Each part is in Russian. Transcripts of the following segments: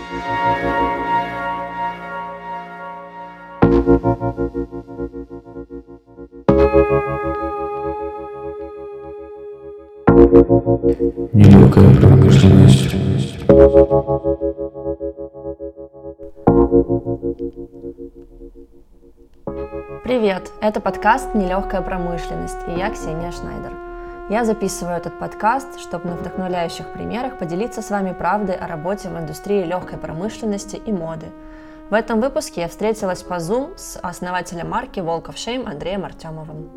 Нелегкая промышленность. Привет! Это подкаст «Нелегкая промышленность» и я Ксения Шнайдер. Я записываю этот подкаст, чтобы на вдохновляющих примерах поделиться с вами правдой о работе в индустрии легкой промышленности и моды. В этом выпуске я встретилась по Zoom с основателем марки Walk of Shame Андреем Артемовым.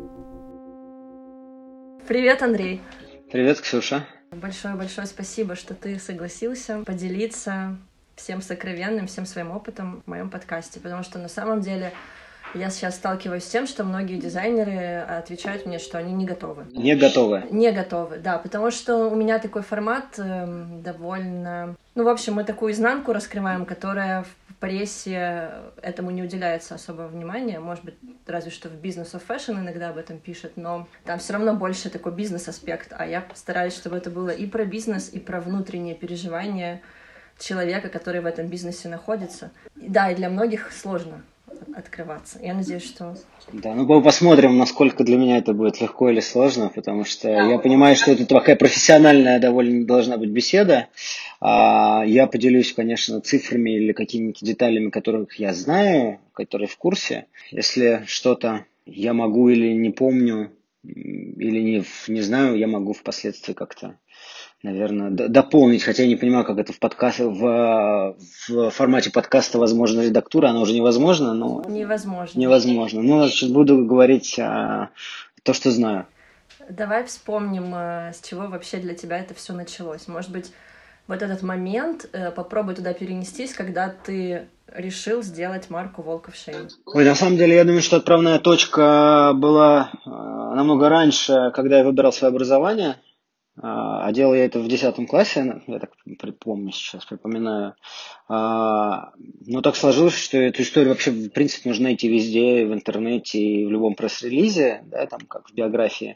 Привет, Андрей! Привет, Ксюша! Большое-большое спасибо, что ты согласился поделиться всем сокровенным, всем своим опытом в моем подкасте, потому что на самом деле я сейчас сталкиваюсь с тем, что многие дизайнеры отвечают мне, что они не готовы. Не готовы? Не готовы, да, потому что у меня такой формат довольно... в общем, мы такую изнанку раскрываем, которая в прессе этому не уделяется особого внимания, может быть, разве что в Business of Fashion иногда об этом пишет, но там все равно больше такой бизнес-аспект, а я стараюсь, чтобы это было и про бизнес, и про внутренние переживания человека, который в этом бизнесе находится. Да, и для многих сложно открываться. Я надеюсь, что... Да, мы посмотрим, насколько для меня это будет легко или сложно, потому что я понимаю, что это такая профессиональная довольно должна быть беседа. Я поделюсь, конечно, цифрами или какими-то деталями, которых я знаю, которые в курсе. Если что-то я могу или не помню, или не знаю, я могу впоследствии как-то, наверное, дополнить, хотя я не понимаю, как это в формате подкаста возможна редактура, она уже невозможна, но... Невозможно. Значит, буду говорить то, что знаю. Давай вспомним, с чего вообще для тебя это все началось. Может быть, вот этот момент, попробуй туда перенестись, когда ты решил сделать марку Walk of Shame. Ой, на самом деле, я думаю, что отправная точка была намного раньше, когда я выбирал свое образование. А делал я это в 10 классе, я так помню сейчас, припоминаю. Но так сложилось, что эту историю вообще, в принципе, можно найти везде, в интернете и в любом пресс-релизе, да, там как в биографии.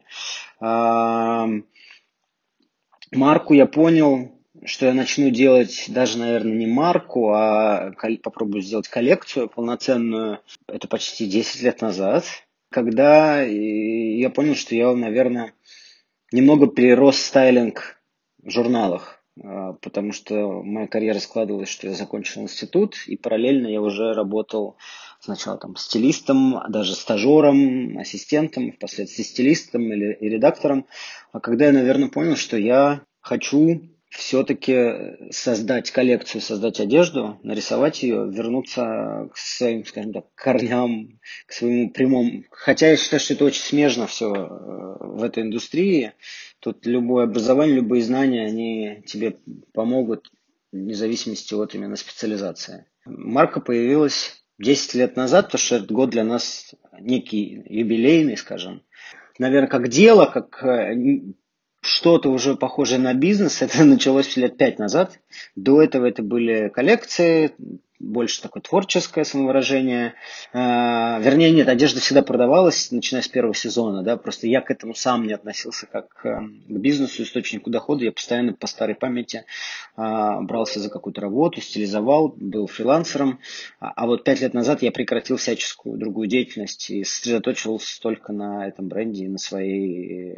Марку я понял, что я начну делать даже, наверное, не марку, а попробую сделать коллекцию полноценную. Это почти 10 лет назад, когда я понял, что я, наверное, немного перерос стайлинг в журналах, потому что моя карьера складывалась, что я закончил институт, и параллельно я уже работал сначала там стилистом, даже стажером, ассистентом, впоследствии стилистом и редактором. А когда я, наверное, понял, что я хочу все-таки создать коллекцию, создать одежду, нарисовать ее, вернуться к своим, скажем так, корням, к своему прямому. Хотя я считаю, что это очень смежно все в этой индустрии. Тут любое образование, любые знания, они тебе помогут вне зависимости от именно специализации. Марка появилась 10 лет назад, потому что этот год для нас некий юбилейный, скажем. Наверное, как дело, как что-то уже похожее на бизнес, это началось лет 5 назад. До этого это были коллекции, больше такое творческое самовыражение. Вернее, нет, одежда всегда продавалась, начиная с первого сезона, да, просто я к этому сам не относился как к бизнесу, источнику дохода. Я постоянно по старой памяти брался за какую-то работу, стилизовал, был фрилансером. А вот 5 лет назад я прекратил всяческую другую деятельность и сосредоточился только на этом бренде и на своей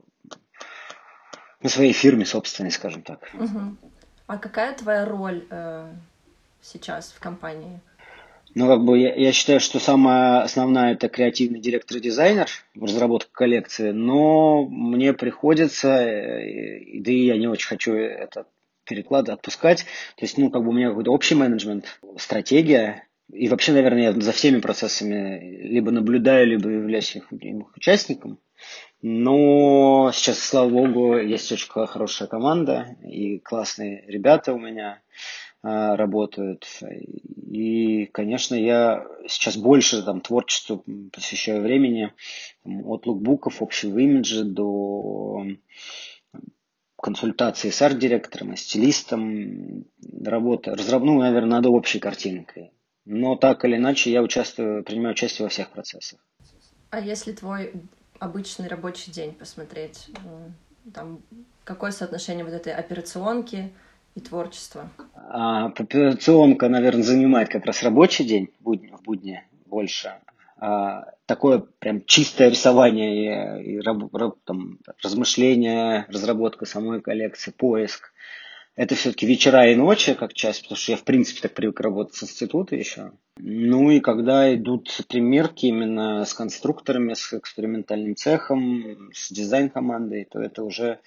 фирме собственной, скажем так. Угу. А какая твоя роль сейчас в компании? Я считаю, что самая основная это креативный директор и дизайнер в разработке коллекции, но мне приходится, да и я не очень хочу это отпускать. То есть, у меня какой-то общий менеджмент, стратегия. И вообще, наверное, я за всеми процессами либо наблюдаю, либо являюсь их участником. Но сейчас, слава богу, есть очень хорошая команда и классные ребята у меня работают. И, конечно, я сейчас больше творчеству посвящаю времени. От лукбуков, общего имиджа до консультации с арт-директором и стилистом. Наверное, над общей картинкой. Но так или иначе я принимаю участие во всех процессах. А если твой обычный рабочий день посмотреть, там какое соотношение вот этой операционки и творчество. Операционка, наверное, занимает как раз рабочий день в будни больше. Такое прям чистое рисование и там, размышления, разработка самой коллекции, поиск. Это все-таки вечера и ночи как часть, потому что я, в принципе, так привык работать с института еще. Ну и когда идут примерки именно с конструкторами, с экспериментальным цехом, с дизайн-командой, то это уже,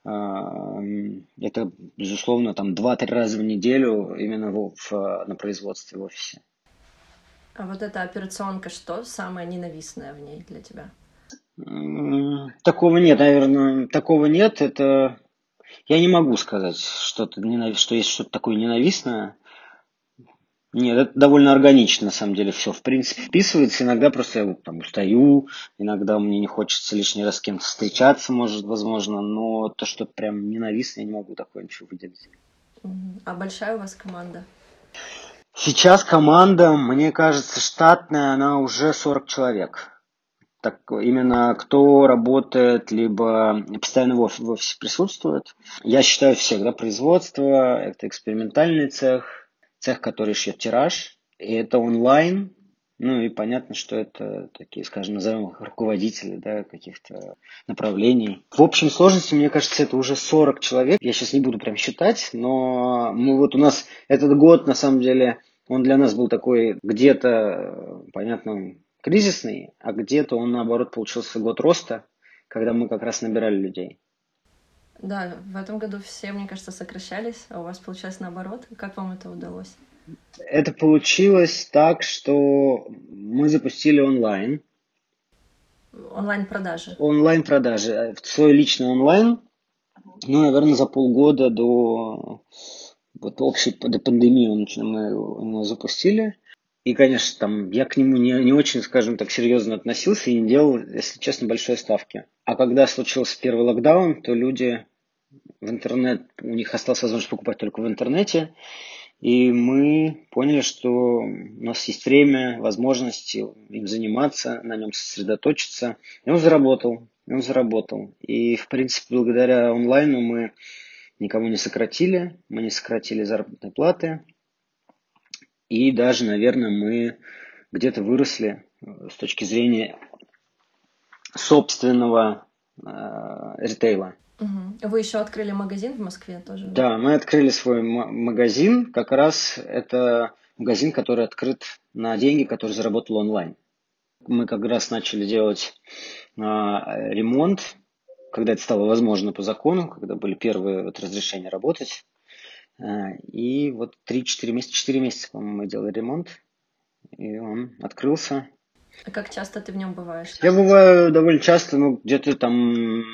это, безусловно, там 2-3 раза в неделю именно на производстве в офисе. А вот эта операционка, что самое ненавистное в ней для тебя? Такого нет, наверное, такого нет. Это я не могу сказать, что есть что-то такое ненавистное. Нет, это довольно органично, на самом деле, все, в принципе, вписывается. Иногда просто я там устаю, иногда мне не хочется лишний раз с кем-то встречаться, возможно, но то, что прям ненавистно, я не могу такое ничего выделить. А большая у вас команда? Сейчас команда, мне кажется, штатная, она уже 40 человек. Так, именно кто работает, либо постоянно в офисе присутствует. Я считаю всех, да, производство, это экспериментальный цех, который шьет тираж, и это онлайн. Ну и понятно, что это такие, скажем, назовем их руководители, да, каких-то направлений. В общем сложности, мне кажется, это уже 40 человек. Я сейчас не буду прям считать, но у нас этот год, на самом деле, он для нас был такой где-то, понятно, кризисный, а где-то он, наоборот, получился год роста, когда мы как раз набирали людей. Да, в этом году все, мне кажется, сокращались, а у вас получилось наоборот. Как вам это удалось? Это получилось так, что мы запустили Онлайн-продажи. Онлайн-продажи. Свой личный онлайн, наверное, за полгода до общей до пандемии мы его запустили. И, конечно, там я к нему не очень, скажем так, серьезно относился и не делал, если честно, большой ставки. А когда случился первый локдаун, то люди в интернет, у них осталась возможность покупать только в интернете. И мы поняли, что у нас есть время, возможности им заниматься, на нем сосредоточиться. И он заработал. И, в принципе, благодаря онлайну мы никому не сократили. Мы не сократили заработные платы. И даже, наверное, мы где-то выросли с точки зрения собственного ритейла. Вы еще открыли магазин в Москве тоже? Да, мы открыли свой магазин. Как раз это магазин, который открыт на деньги, которые заработал онлайн. Мы как раз начали делать ремонт, когда это стало возможно по закону, когда были первые разрешения работать. И 3-4 месяца, 4 месяца, по-моему, мы делали ремонт, и он открылся. А как часто ты в нем бываешь? Я бываю довольно часто, где-то там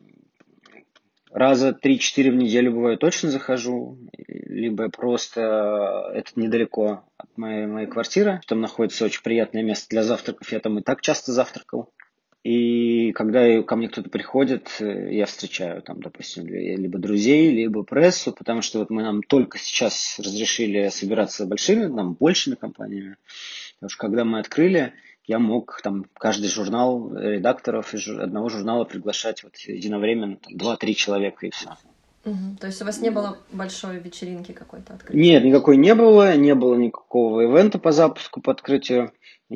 раза 3-4 в неделю бываю точно захожу, либо просто это недалеко от моей квартиры. Там находится очень приятное место для завтраков, я там и так часто завтракал. И когда ко мне кто-то приходит, я встречаю там, допустим, либо друзей, либо прессу, потому что нам только сейчас разрешили собираться большими компаниями. Потому что когда мы открыли, я мог там каждый журнал редакторов из одного журнала приглашать единовременно 2-3 человека и все. То есть у вас не было большой вечеринки какой-то открытия? Нет, никакой не было никакого ивента по запуску, по открытию.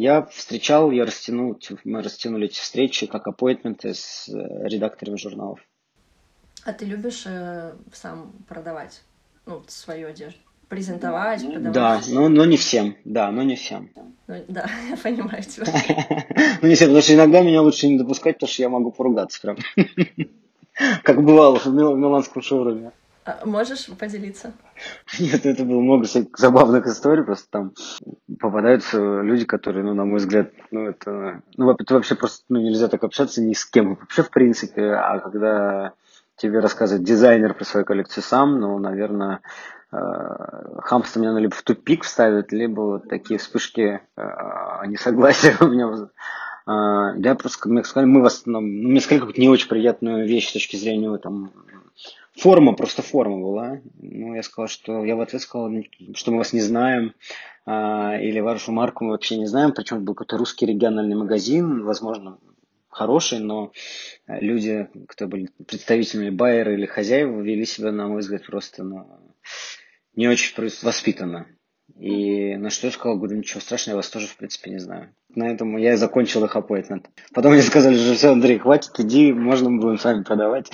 Мы растянули эти встречи как аппоинтменты с редакторами журналов. А ты любишь сам продавать свою одежду? Презентовать, продавать? Да, но не всем. Да, но не всем. Да, я понимаю тебя. Ну не всем, потому что иногда меня лучше не допускать, потому что я могу поругаться прям. Как бывало в миланском шоуруме. Можешь поделиться? Нет, это было много всяких забавных историй, просто там попадаются люди, которые, на мой взгляд, это вообще просто нельзя так общаться ни с кем вообще в принципе, а когда тебе рассказывает дизайнер про свою коллекцию сам, наверное, хамство меня либо в тупик вставит, либо такие вспышки несогласия у меня. Я просто, как мне сказали, мне сказали какую-то не очень приятную вещь с точки зрения форма была. Я сказал, что я в ответ сказал, что мы вас не знаем, или вашу марку мы вообще не знаем, причем это был какой-то русский региональный магазин, возможно, хороший, но люди, кто были представителями байеры или хозяева, вели себя, на мой взгляд, просто не очень воспитанно. И на что я сказал, говорю, ничего страшного, я вас тоже, в принципе, не знаю. На этом я и закончил их appointment. Потом мне сказали, что все, Андрей, хватит, иди, можно мы будем сами продавать.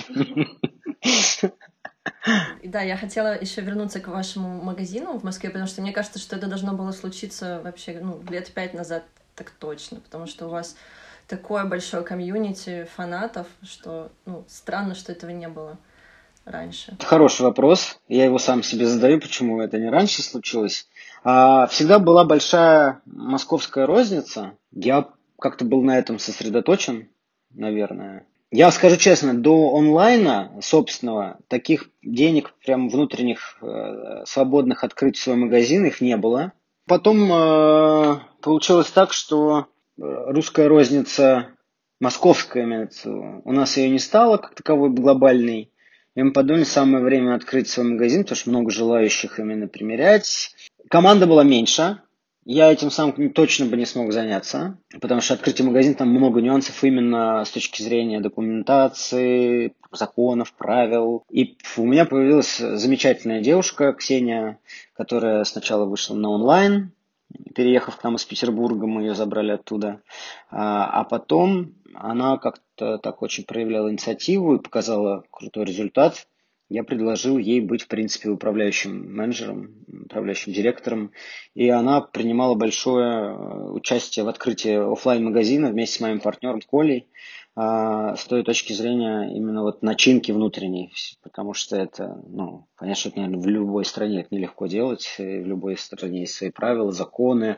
И да, я хотела еще вернуться к вашему магазину в Москве, потому что мне кажется, что это должно было случиться вообще, ну, лет 5 назад, так точно, потому что у вас такое большое комьюнити фанатов, что, ну, странно, что этого не было раньше. Хороший вопрос. Я его сам себе задаю, почему это не раньше случилось. Всегда была большая московская розница. Я как-то был на этом сосредоточен, наверное. Я скажу честно, до онлайна собственного таких денег прям внутренних свободных открыть свой магазин их не было. Потом получилось так, что русская розница, московская имеется, у нас ее не стало как таковой глобальной. И мы подумали, самое время открыть свой магазин, потому что много желающих именно примерять. Команда была меньше. Я этим сам точно бы не смог заняться, потому что открытие магазина, там много нюансов именно с точки зрения документации, законов, правил. И у меня появилась замечательная девушка, Ксения, которая сначала вышла на онлайн, переехав к нам из Петербурга, мы ее забрали оттуда. А потом она как-то так очень проявляла инициативу и показала крутой результат. Я предложил ей быть, в принципе, управляющим менеджером, управляющим директором. И она принимала большое участие в открытии офлайн-магазина вместе с моим партнером Колей. С той точки зрения именно вот начинки внутренней, потому что это, ну, понятно, что это, наверное, в любой стране это нелегко делать, в любой стране есть свои правила, законы,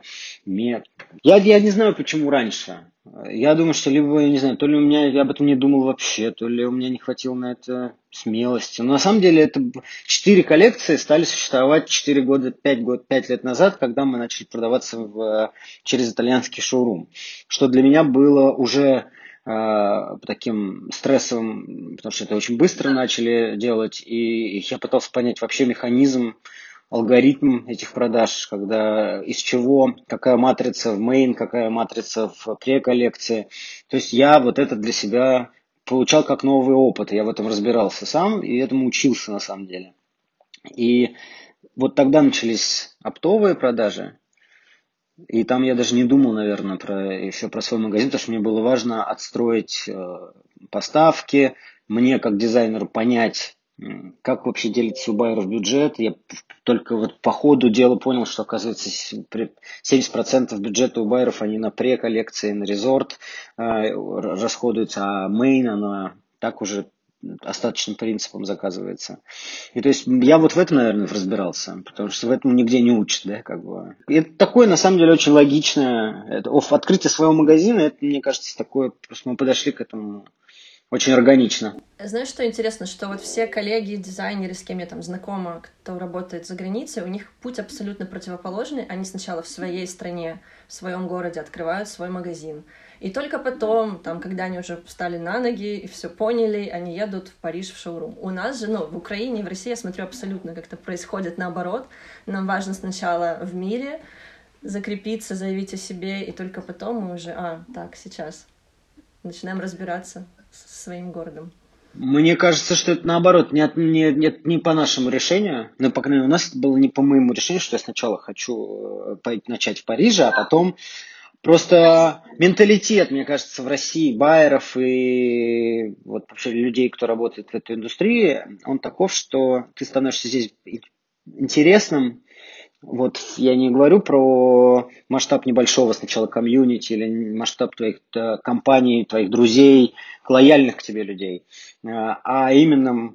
Я не знаю, почему раньше. Я думаю, что либо, я не знаю, то ли у меня, я об этом не думал вообще, то ли у меня не хватило на это смелости. Но на самом деле это 4 коллекции стали существовать 4 года, 5 лет назад, когда мы начали продаваться через итальянский шоурум, что для меня было уже таким стрессовым, потому что это очень быстро начали делать, и я пытался понять вообще механизм, алгоритм этих продаж, когда из чего, какая матрица в main, какая матрица в преколлекции. То есть я вот это для себя получал как новый опыт, я в этом разбирался сам и этому учился на самом деле. И вот тогда начались оптовые продажи, и там я даже не думал, наверное, еще про свой магазин, потому что мне было важно отстроить поставки, мне как дизайнеру понять, как вообще делится у байеров бюджет. Я только вот по ходу дела понял, что, оказывается, 70% бюджета у байеров, они на преколлекции, на резорт расходуются, а мейн, она так уже остаточным принципом заказывается. И то есть я вот в этом, наверное, разбирался, потому что в этом нигде не учат, да, как бы. И это такое, на самом деле, очень логичное. Открытие своего магазина, это, мне кажется, такое, просто мы подошли к этому очень органично. Знаешь, что интересно, что вот все коллеги, дизайнеры, с кем я там знакома, кто работает за границей, у них путь абсолютно противоположный. Они сначала в своей стране, в своем городе открывают свой магазин. И только потом, там, когда они уже встали на ноги и все поняли, они едут в Париж в шоурум. У нас же, ну, в Украине, в России, я смотрю, абсолютно как-то происходит наоборот. Нам важно сначала в мире закрепиться, заявить о себе, и только потом мы уже, так, сейчас начинаем разбираться со своим городом. Мне кажется, что это наоборот, не по нашему решению. Ну, по крайней мере, у нас это было не по моему решению, что я сначала хочу начать в Париже, а потом просто менталитет, мне кажется, в России байеров и вот вообще людей, кто работает в этой индустрии, он таков, что ты становишься здесь интересным. Вот я не говорю про масштаб небольшого сначала комьюнити или масштаб твоих компаний, твоих друзей, лояльных к тебе людей, а именно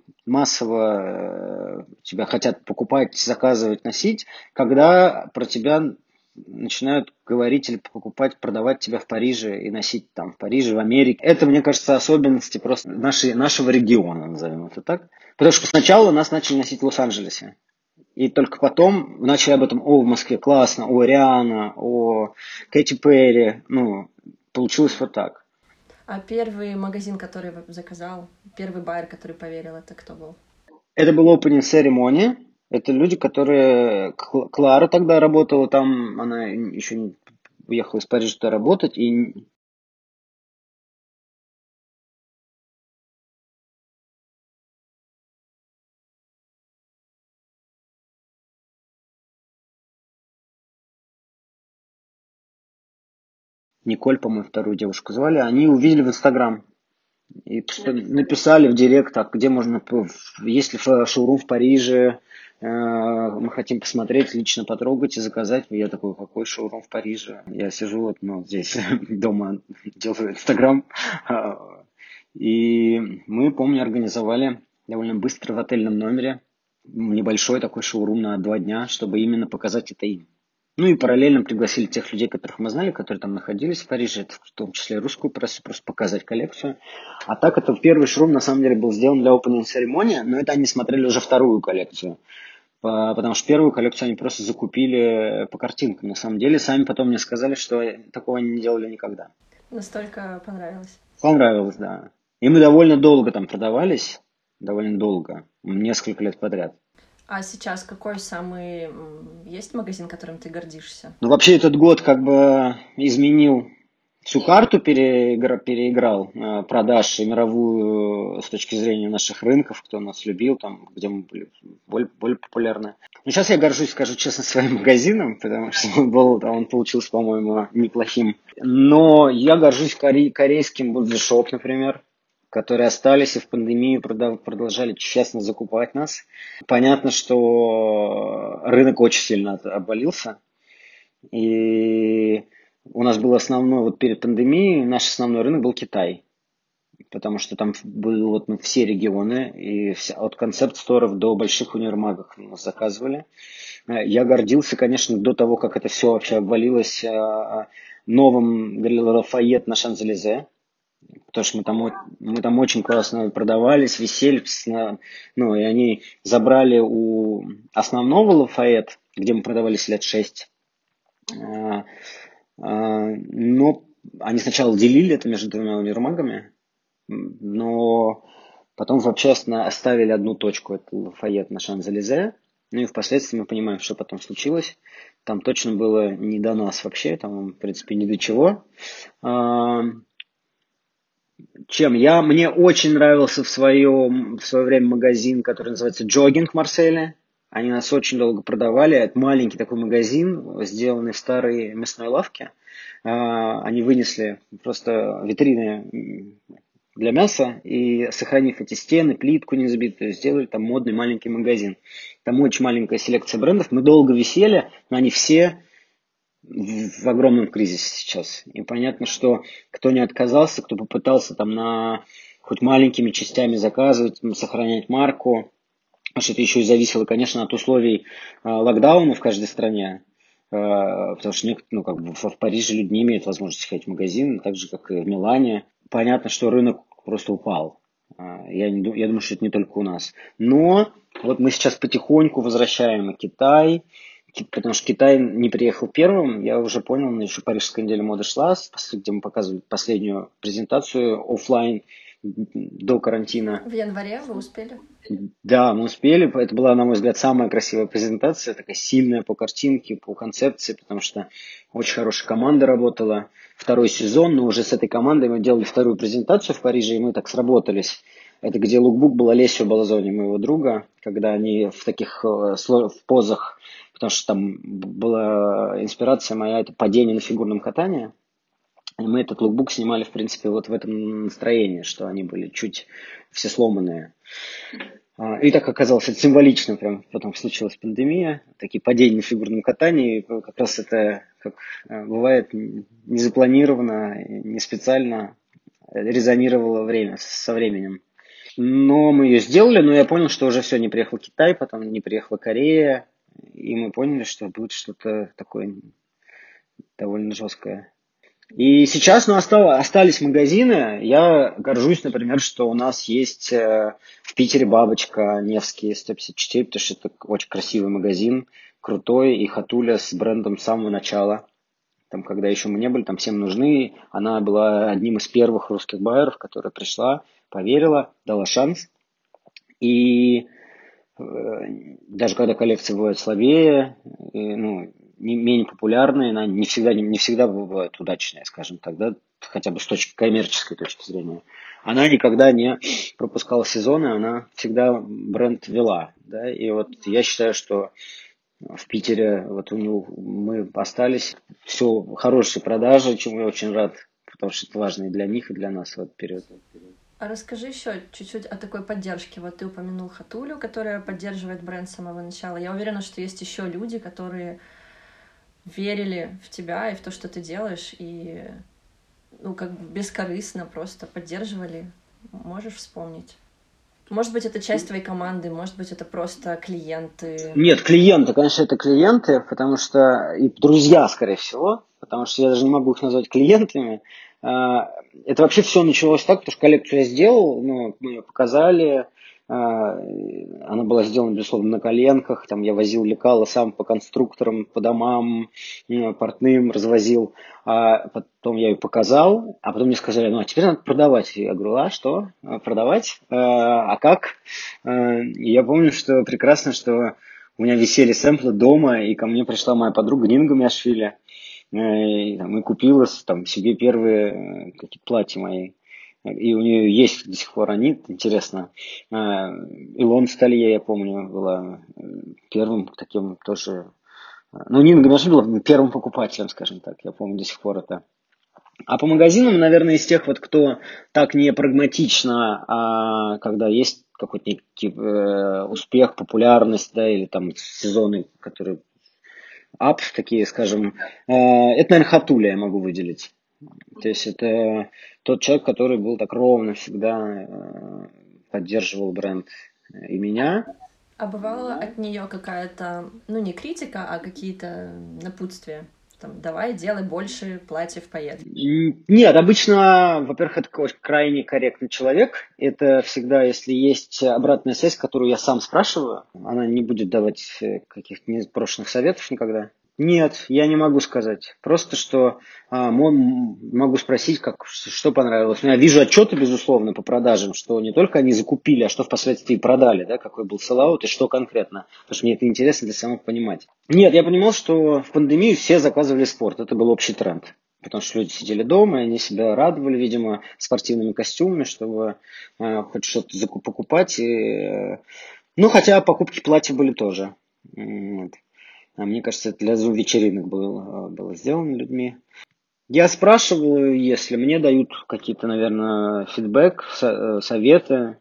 массово тебя хотят покупать, заказывать, носить, когда про тебя начинают говорить или покупать, продавать тебя в Париже и носить там в Париже, в Америке. Это, мне кажется, особенности просто нашего региона, назовем это так. Потому что сначала нас начали носить в Лос-Анджелесе. И только потом начали об этом, в Москве классно, Риhanna, Кэти Перри. Ну, получилось вот так. А первый магазин, который заказал, первый байер, который поверил, это кто был? Это был opening ceremony. Это люди, которые... Клара тогда работала там, она еще не уехала из Парижа туда работать, и Николь, по-моему, вторую девушку звали, они увидели в Инстаграм и написали в директ, а где можно, есть ли шоурум в Париже, мы хотим посмотреть, лично потрогать и заказать. Я такой, какой шоурум в Париже? Я сижу вот, здесь дома, делаю Инстаграм. И мы, помню, организовали довольно быстро в отельном номере небольшой такой шоурум на 2 дня, чтобы именно показать это им. Ну и параллельно пригласили тех людей, которых мы знали, которые там находились в Париже, в том числе русскую прессу, просто показать коллекцию. А так это первый шоурум на самом деле был сделан для opening церемонии, но это они смотрели уже вторую коллекцию. Потому что первую коллекцию они просто закупили по картинкам. На самом деле сами потом мне сказали, что такого они не делали никогда. Настолько понравилось. Понравилось, да. И мы довольно долго там продавались, довольно долго, несколько лет подряд. А сейчас какой самый... Есть магазин, которым ты гордишься? Ну, вообще этот год как бы изменил всю карту, переиграл продаж и мировую с точки зрения наших рынков, кто нас любил, там, где мы были более популярны. Но сейчас я горжусь, скажу честно, своим магазином, потому что он получился, по-моему, неплохим. Но я горжусь корейским бодишоп, например, которые остались и в пандемию продолжали честно закупать нас. Понятно, что рынок очень сильно обвалился. И у нас был основной, вот перед пандемией, наш основной рынок был Китай. Потому что там были все регионы, и от концепт-сторов до больших универмагов нас заказывали. Я гордился, конечно, до того, как это все вообще обвалилось, новым Галереей Лафайет на Шанзелизе. Потому что мы там очень классно продавались, висели, и они забрали у основного Лафайет, где мы продавались лет 6. Но они сначала делили это между 2 универмагами, но потом вообще оставили одну точку, это Лафайет на Шанзелизе. Ну и впоследствии мы понимаем, что потом случилось. Там точно было не до нас вообще, там, в принципе, ни до чего. Мне очень нравился в свое время магазин, который называется Джогинг в Марселе. Они нас очень долго продавали. Это маленький такой магазин, сделанный в старой мясной лавке. Они вынесли просто витрины для мяса и, сохранив эти стены, плитку не забитую, сделали там модный маленький магазин. Там очень маленькая селекция брендов. Мы долго висели, но они все в огромном кризисе сейчас. И понятно, что кто не отказался, кто попытался там хоть маленькими частями заказывать, сохранять марку, потому что это еще и зависело, конечно, от условий локдауна в каждой стране. Потому что в Париже люди не имеют возможности ходить в магазин, так же, как и в Милане. Понятно, что рынок просто упал. Я думаю, что это не только у нас. Но вот мы сейчас потихоньку возвращаем и Китай, потому что Китай не приехал первым. Я уже понял, еще Парижская неделя моды шла, где мы показывали последнюю презентацию офлайн до карантина. В январе вы успели? Да, мы успели. Это была, на мой взгляд, самая красивая презентация, такая сильная по картинке, по концепции, потому что очень хорошая команда работала. 2-й сезон, но уже с этой командой мы делали 2-ю презентацию в Париже, и мы так сработались. Это где лукбук был Олесио Балазони, моего друга, когда они в таких в позах, потому что там была инспирация моя, это падение на фигурном катании. И мы этот лукбук снимали, в принципе, вот в этом настроении, что они были чуть все сломанные. И так оказалось, это символично, прям потом случилась пандемия, такие падения на фигурном катании, как раз это, как бывает, незапланированно, не специально резонировало со временем. Но мы ее сделали, но я понял, что уже все, не приехал Китай, потом не приехала Корея, и мы поняли, что будет что-то такое довольно жесткое. И сейчас остались магазины. Я горжусь, например, что у нас есть в Питере Бабочка, Невский 154, потому что это очень красивый магазин, крутой, и Хатуля с брендом с самого начала. Там, когда еще мы не были, там всем нужны. Она была одним из первых русских байеров, которая пришла, поверила, дала шанс. И даже когда коллекции бывают слабее, менее популярные, она не всегда бывает удачная, скажем так, да, хотя бы с коммерческой точки зрения. Она никогда не пропускала сезоны, она всегда бренд вела. Да, и вот я считаю, что в Питере. Вот у него мы остались. Все хорошие продажи, чему я очень рад, потому что это важно и для них, и для нас в этот период. А расскажи еще чуть-чуть о такой поддержке. Вот ты упомянул Хатулю, которая поддерживает бренд с самого начала. Я уверена, что есть еще люди, которые верили в тебя и в то, что ты делаешь, и ну, как бы бескорыстно просто поддерживали. Можешь вспомнить? Может быть, это часть твоей команды, может быть, это просто клиенты. Нет, клиенты, конечно, это клиенты, потому что и друзья, скорее всего, потому что я даже не могу их назвать клиентами. Это вообще все началось так, потому что коллекцию я сделал, ну, мы ее показали, она была сделана, безусловно, на коленках, там я возил лекала сам по конструкторам, по домам, портным развозил, а потом я ее показал, а потом мне сказали, ну, а теперь надо продавать. Я говорю, а что, продавать? А как? И я помню, что прекрасно, что у меня висели сэмплы дома, и ко мне пришла моя подруга Нинга Мяшвили, и купила там, себе первые какие-то платья мои. И у нее есть до сих пор они, интересно. Илон Сталье, я помню, была первым таким тоже. Ну, Нинга Мяшвили была первым покупателем, скажем так, я помню до сих пор это. А по магазинам, наверное, из тех, вот, кто так не прагматично, а когда есть какой-то некий успех, популярность, да, или там сезоны, которые ап, такие, скажем, это, наверное, Хатуля я могу выделить. То есть это тот человек, который был так ровно всегда поддерживал бренд и меня. А бывала от нее какая-то, ну не критика, а какие-то напутствия? Там, давай, делай больше платьев пайеток. Нет, обычно, во-первых, это очень крайне корректный человек. Это всегда, если есть обратная связь, которую я сам спрашиваю, она не будет давать каких-то непрошенных советов никогда. Нет, я не могу сказать. Просто что могу спросить, что понравилось. Я вижу отчеты, безусловно, по продажам, что не только они закупили, а что впоследствии продали, да, какой был селлаут и что конкретно. Потому что мне это интересно для самого понимать. Нет, я понимал, что в пандемию все заказывали спорт. Это был общий тренд. Потому что люди сидели дома, и они себя радовали, видимо, спортивными костюмами, чтобы хоть что-то покупать. Ну, хотя покупки платья были тоже. Вот. А мне кажется, это для зум-вечеринок было сделано людьми. Я спрашиваю, если мне дают какие-то, наверное, фидбэк, советы,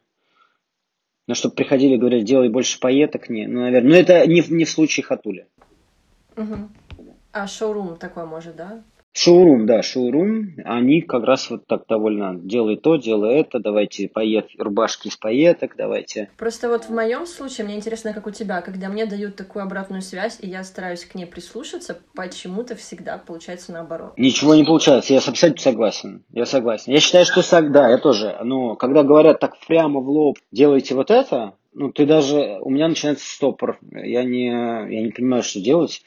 но чтобы приходили и говорили, делай больше пайеток, не, ну, наверное, но это не в случае Хатули. Угу. А шоурум такой может, да? Шоурум, да, шоурум, они как раз вот так довольно делай то, делай это, давайте рубашки из пайеток, давайте. Просто вот в моем случае, мне интересно, как у тебя, когда мне дают такую обратную связь, и я стараюсь к ней прислушаться, почему-то всегда получается наоборот. Ничего не получается, я абсолютно согласен, я согласен. Я считаю, что да, я тоже, но когда говорят так прямо в лоб, делайте вот это, ну ты даже, у меня начинается стопор, я не понимаю, что делать,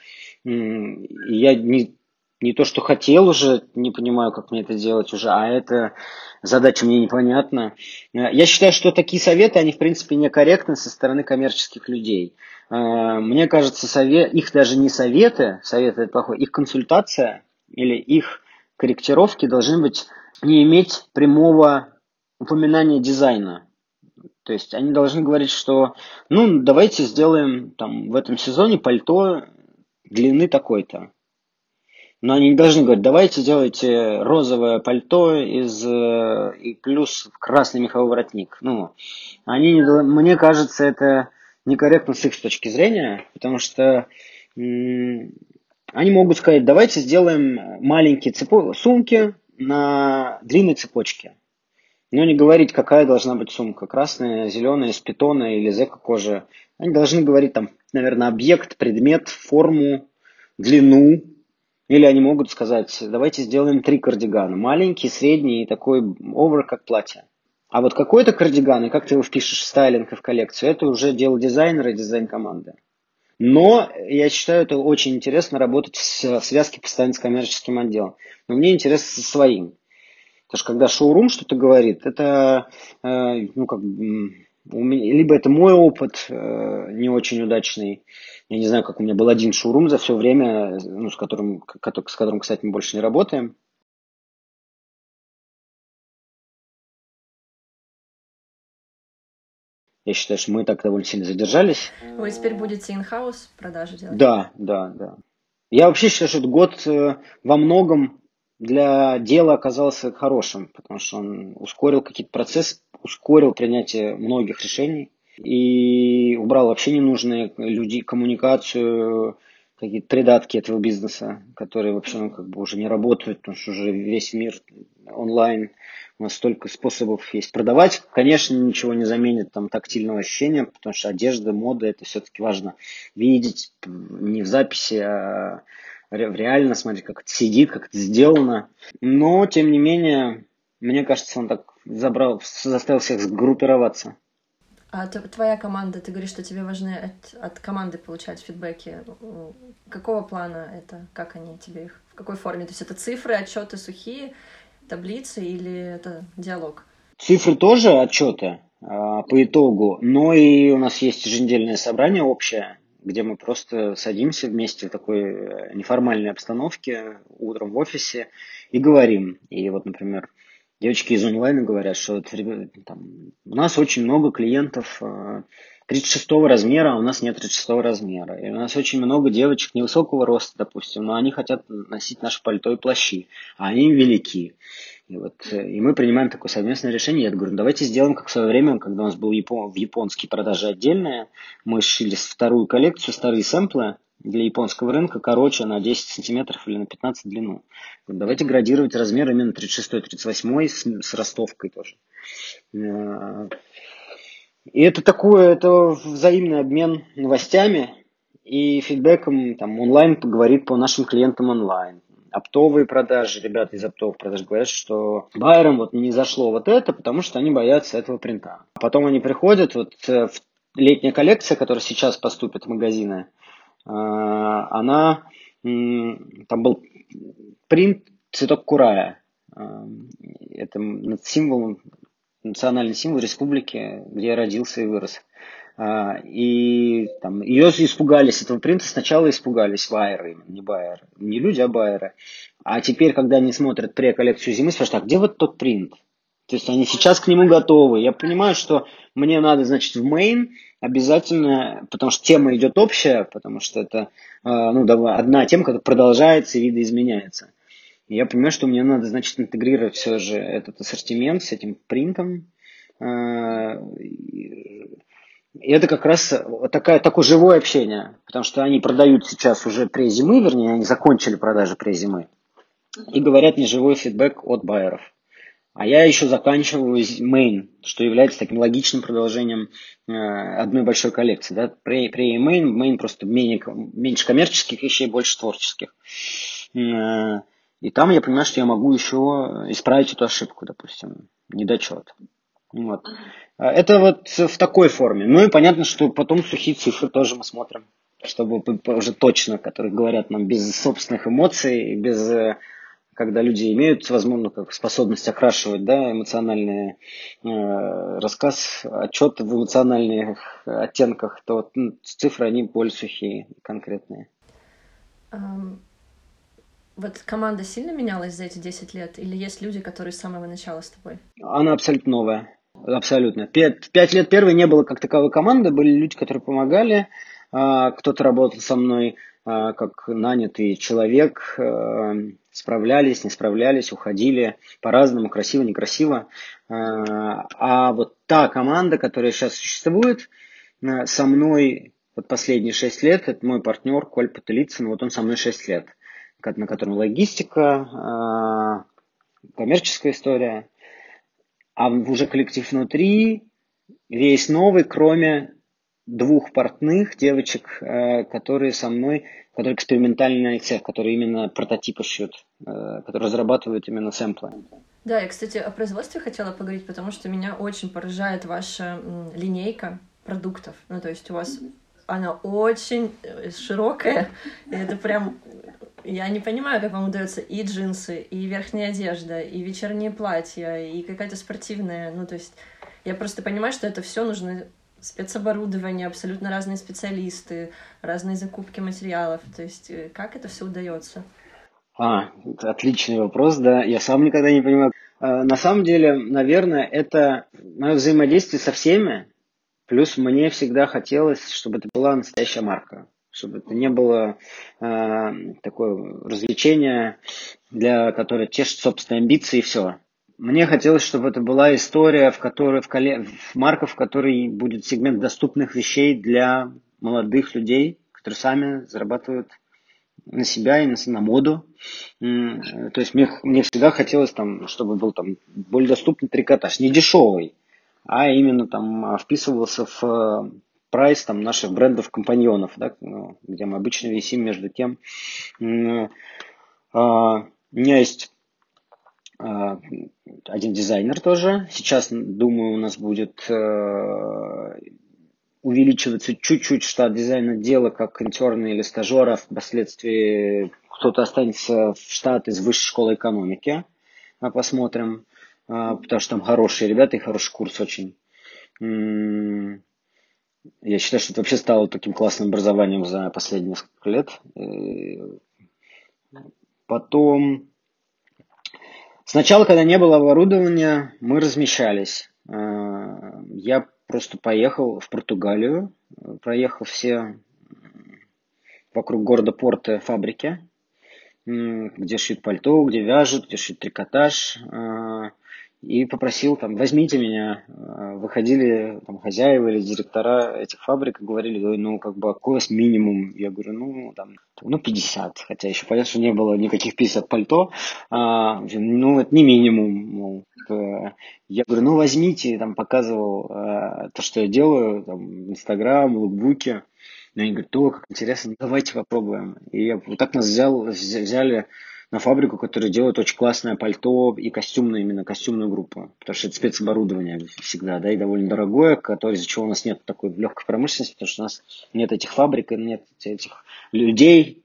я не то, что хотел уже, не понимаю, как мне это делать уже, а эта задача мне непонятна. Я считаю, что такие советы, они, в принципе, некорректны со стороны коммерческих людей. Мне кажется, их даже не советы это плохое, их консультация или их корректировки должны быть не иметь прямого упоминания дизайна. То есть они должны говорить, что ну давайте сделаем там в этом сезоне пальто длины такой-то. Но они не должны говорить, давайте делайте розовое пальто и плюс красный меховой воротник. Ну, мне кажется, это некорректно с их точки зрения, потому что они могут сказать, давайте сделаем маленькие сумки на длинной цепочке. Но не говорить, какая должна быть сумка, красная, зеленая, из питона или из эко-кожи. Они должны говорить там, наверное, объект, предмет, форму, длину. Или они могут сказать, давайте сделаем 3 кардигана. Маленький, средний и такой овер, как платье. А вот какой-то кардиган, и как ты его впишешь в стайлинг и в коллекцию, это уже дело дизайнера и дизайн-команды. Но я считаю, это очень интересно работать в связке постоянно с коммерческим отделом. Но мне интересно со своим. Потому что когда шоурум что-то говорит, это либо это мой опыт не очень удачный. Я не знаю, как у меня был один шоурум за все время, ну, с которым, кстати, мы больше не работаем. Я считаю, что мы так довольно сильно задержались. Вы теперь будете in-house продажи делать? Да. Я вообще считаю, что этот год во многом для дела оказался хорошим, потому что он ускорил какие-то процессы, ускорил принятие многих решений и убрал вообще ненужные люди, коммуникацию, какие-то придатки этого бизнеса, которые вообще как бы уже не работают, потому что уже весь мир онлайн, у нас столько способов есть продавать. Конечно, ничего не заменит там тактильного ощущения, потому что одежда, мода, это все-таки важно видеть не в записи, а реально смотреть, как это сидит, как это сделано. Но, тем не менее, мне кажется, он так заставил всех сгруппироваться. А твоя команда, ты говоришь, что тебе важны от команды получать фидбэки. Какого плана это? Как они тебе их? В какой форме? То есть это цифры, отчеты сухие, таблицы или это диалог? Цифры тоже, отчеты по итогу, но и у нас есть еженедельное собрание общее, где мы просто садимся вместе в такой неформальной обстановке утром в офисе и говорим. И вот, например, девочки из онлайна говорят, что там, у нас очень много клиентов 36 размера, а у нас нет 36 размера. И у нас очень много девочек невысокого роста, допустим, но они хотят носить наше пальто и плащи, а они велики. И мы принимаем такое совместное решение. Я говорю, давайте сделаем, как в свое время, когда у нас был в японские продажи отдельные. Мы шили вторую коллекцию, старые сэмплы для японского рынка, короче, на 10 сантиметров или на 15 в длину. Говорю, давайте градировать размер именно 36-38 с ростовкой тоже. И это взаимный обмен новостями и фидбэком там, онлайн поговорит по нашим клиентам онлайн. Оптовые продажи, ребята из оптовых продаж говорят, что байерам вот не зашло вот это, потому что они боятся этого принта. А потом они приходят, вот летняя коллекция, которая сейчас поступит в магазины, там был принт цветок курая. Это символ, национальный символ республики, где я родился и вырос. И там ее испугались, этого принта сначала испугались байеры, не байеры, не люди, а байеры. А теперь, когда они смотрят преколлекцию зимы, спрашивают, а где вот тот принт? То есть они сейчас к нему готовы. Я понимаю, что мне надо, значит, в main обязательно, потому что тема идет общая, потому что это одна тема, которая продолжается и видоизменяется. И я понимаю, что мне надо, значит, интегрировать все же этот ассортимент с этим принтом. И это как раз такое живое общение, потому что они продают сейчас уже pre-зимы, вернее, они закончили продажи pre-зимы, и говорят мне живой фидбэк от байеров. А я еще заканчиваю main, что является таким логичным продолжением одной большой коллекции. Да? Pre и main просто меньше коммерческих вещей, больше творческих. И там я понимаю, что я могу еще исправить эту ошибку, допустим, недочет. Вот. Это вот в такой форме. Ну и понятно, что потом сухие цифры тоже мы смотрим, чтобы уже точно, которые говорят нам без собственных эмоций, без, когда люди имеют, возможно, как способность окрашивать, да, эмоциональный рассказ, отчет в эмоциональных оттенках, то вот, цифры, они более сухие, конкретные. Вот команда сильно менялась за эти 10 лет? Или есть люди, которые с самого начала с тобой? Она абсолютно новая. Абсолютно. 5 лет первой не было как таковой команды, были люди, которые помогали. Кто-то работал со мной как нанятый человек, справлялись, не справлялись, уходили по-разному, красиво, некрасиво. А вот та команда, которая сейчас существует, со мной вот последние 6 лет, это мой партнер Коль Потылицын, вот он со мной 6 лет, на котором логистика, коммерческая история. А уже коллектив внутри весь новый, кроме 2 портных девочек, которые со мной, которые экспериментальный цех, которые именно прототипы шьют, которые разрабатывают именно сэмплы. Да, я, кстати, о производстве хотела поговорить, потому что меня очень поражает ваша линейка продуктов. Ну, то есть у вас она очень широкая, и это прям... Я не понимаю, как вам удается и джинсы, и верхняя одежда, и вечерние платья, и какая-то спортивная. Ну, то есть я просто понимаю, что это все нужно спецоборудование, абсолютно разные специалисты, разные закупки материалов. То есть как это все удается? Отличный вопрос, да. Я сам никогда не понимаю. На самом деле, наверное, это мое взаимодействие со всеми. Плюс мне всегда хотелось, чтобы это была настоящая марка, чтобы это не было такое развлечение, для которого тешит собственные амбиции и все. Мне хотелось, чтобы это была история, марка, в которой будет сегмент доступных вещей для молодых людей, которые сами зарабатывают на себя и на моду. То есть мне всегда хотелось, там, чтобы был там, более доступный трикотаж. Не дешевый, а именно там вписывался в прайс там, наших брендов-компаньонов, да, где мы обычно висим между тем. У меня есть один дизайнер тоже. Сейчас, думаю, у нас будет увеличиваться чуть-чуть штат дизайна отдела как интерна или стажера. Впоследствии кто-то останется в штат из высшей школы экономики. Посмотрим. Потому что там хорошие ребята и хороший курс очень. Я считаю, что это вообще стало таким классным образованием за последние несколько лет. Потом, сначала, когда не было оборудования, мы размещались. Я просто поехал в Португалию, проехал все вокруг города Порто фабрики, где шьют пальто, где вяжут, где шьют трикотаж. И попросил, там, возьмите меня. Выходили там хозяева или директора этих фабрик и говорили, ну, как бы, какой у вас минимум? Я говорю, ну, там, 50. Хотя еще понятно, что не было никаких 50 пальто. Ну, это не минимум. Мол. Я говорю, ну, возьмите. Там показывал то, что я делаю, там, в Инстаграм, лукбуке. И они говорят, как интересно, давайте попробуем. И вот так нас взяли на фабрику, которая делает очень классное пальто и именно костюмную группу. Потому что это спецоборудование всегда, да, и довольно дорогое, из-за чего у нас нет такой легкой промышленности, потому что у нас нет этих фабрик, и нет этих людей.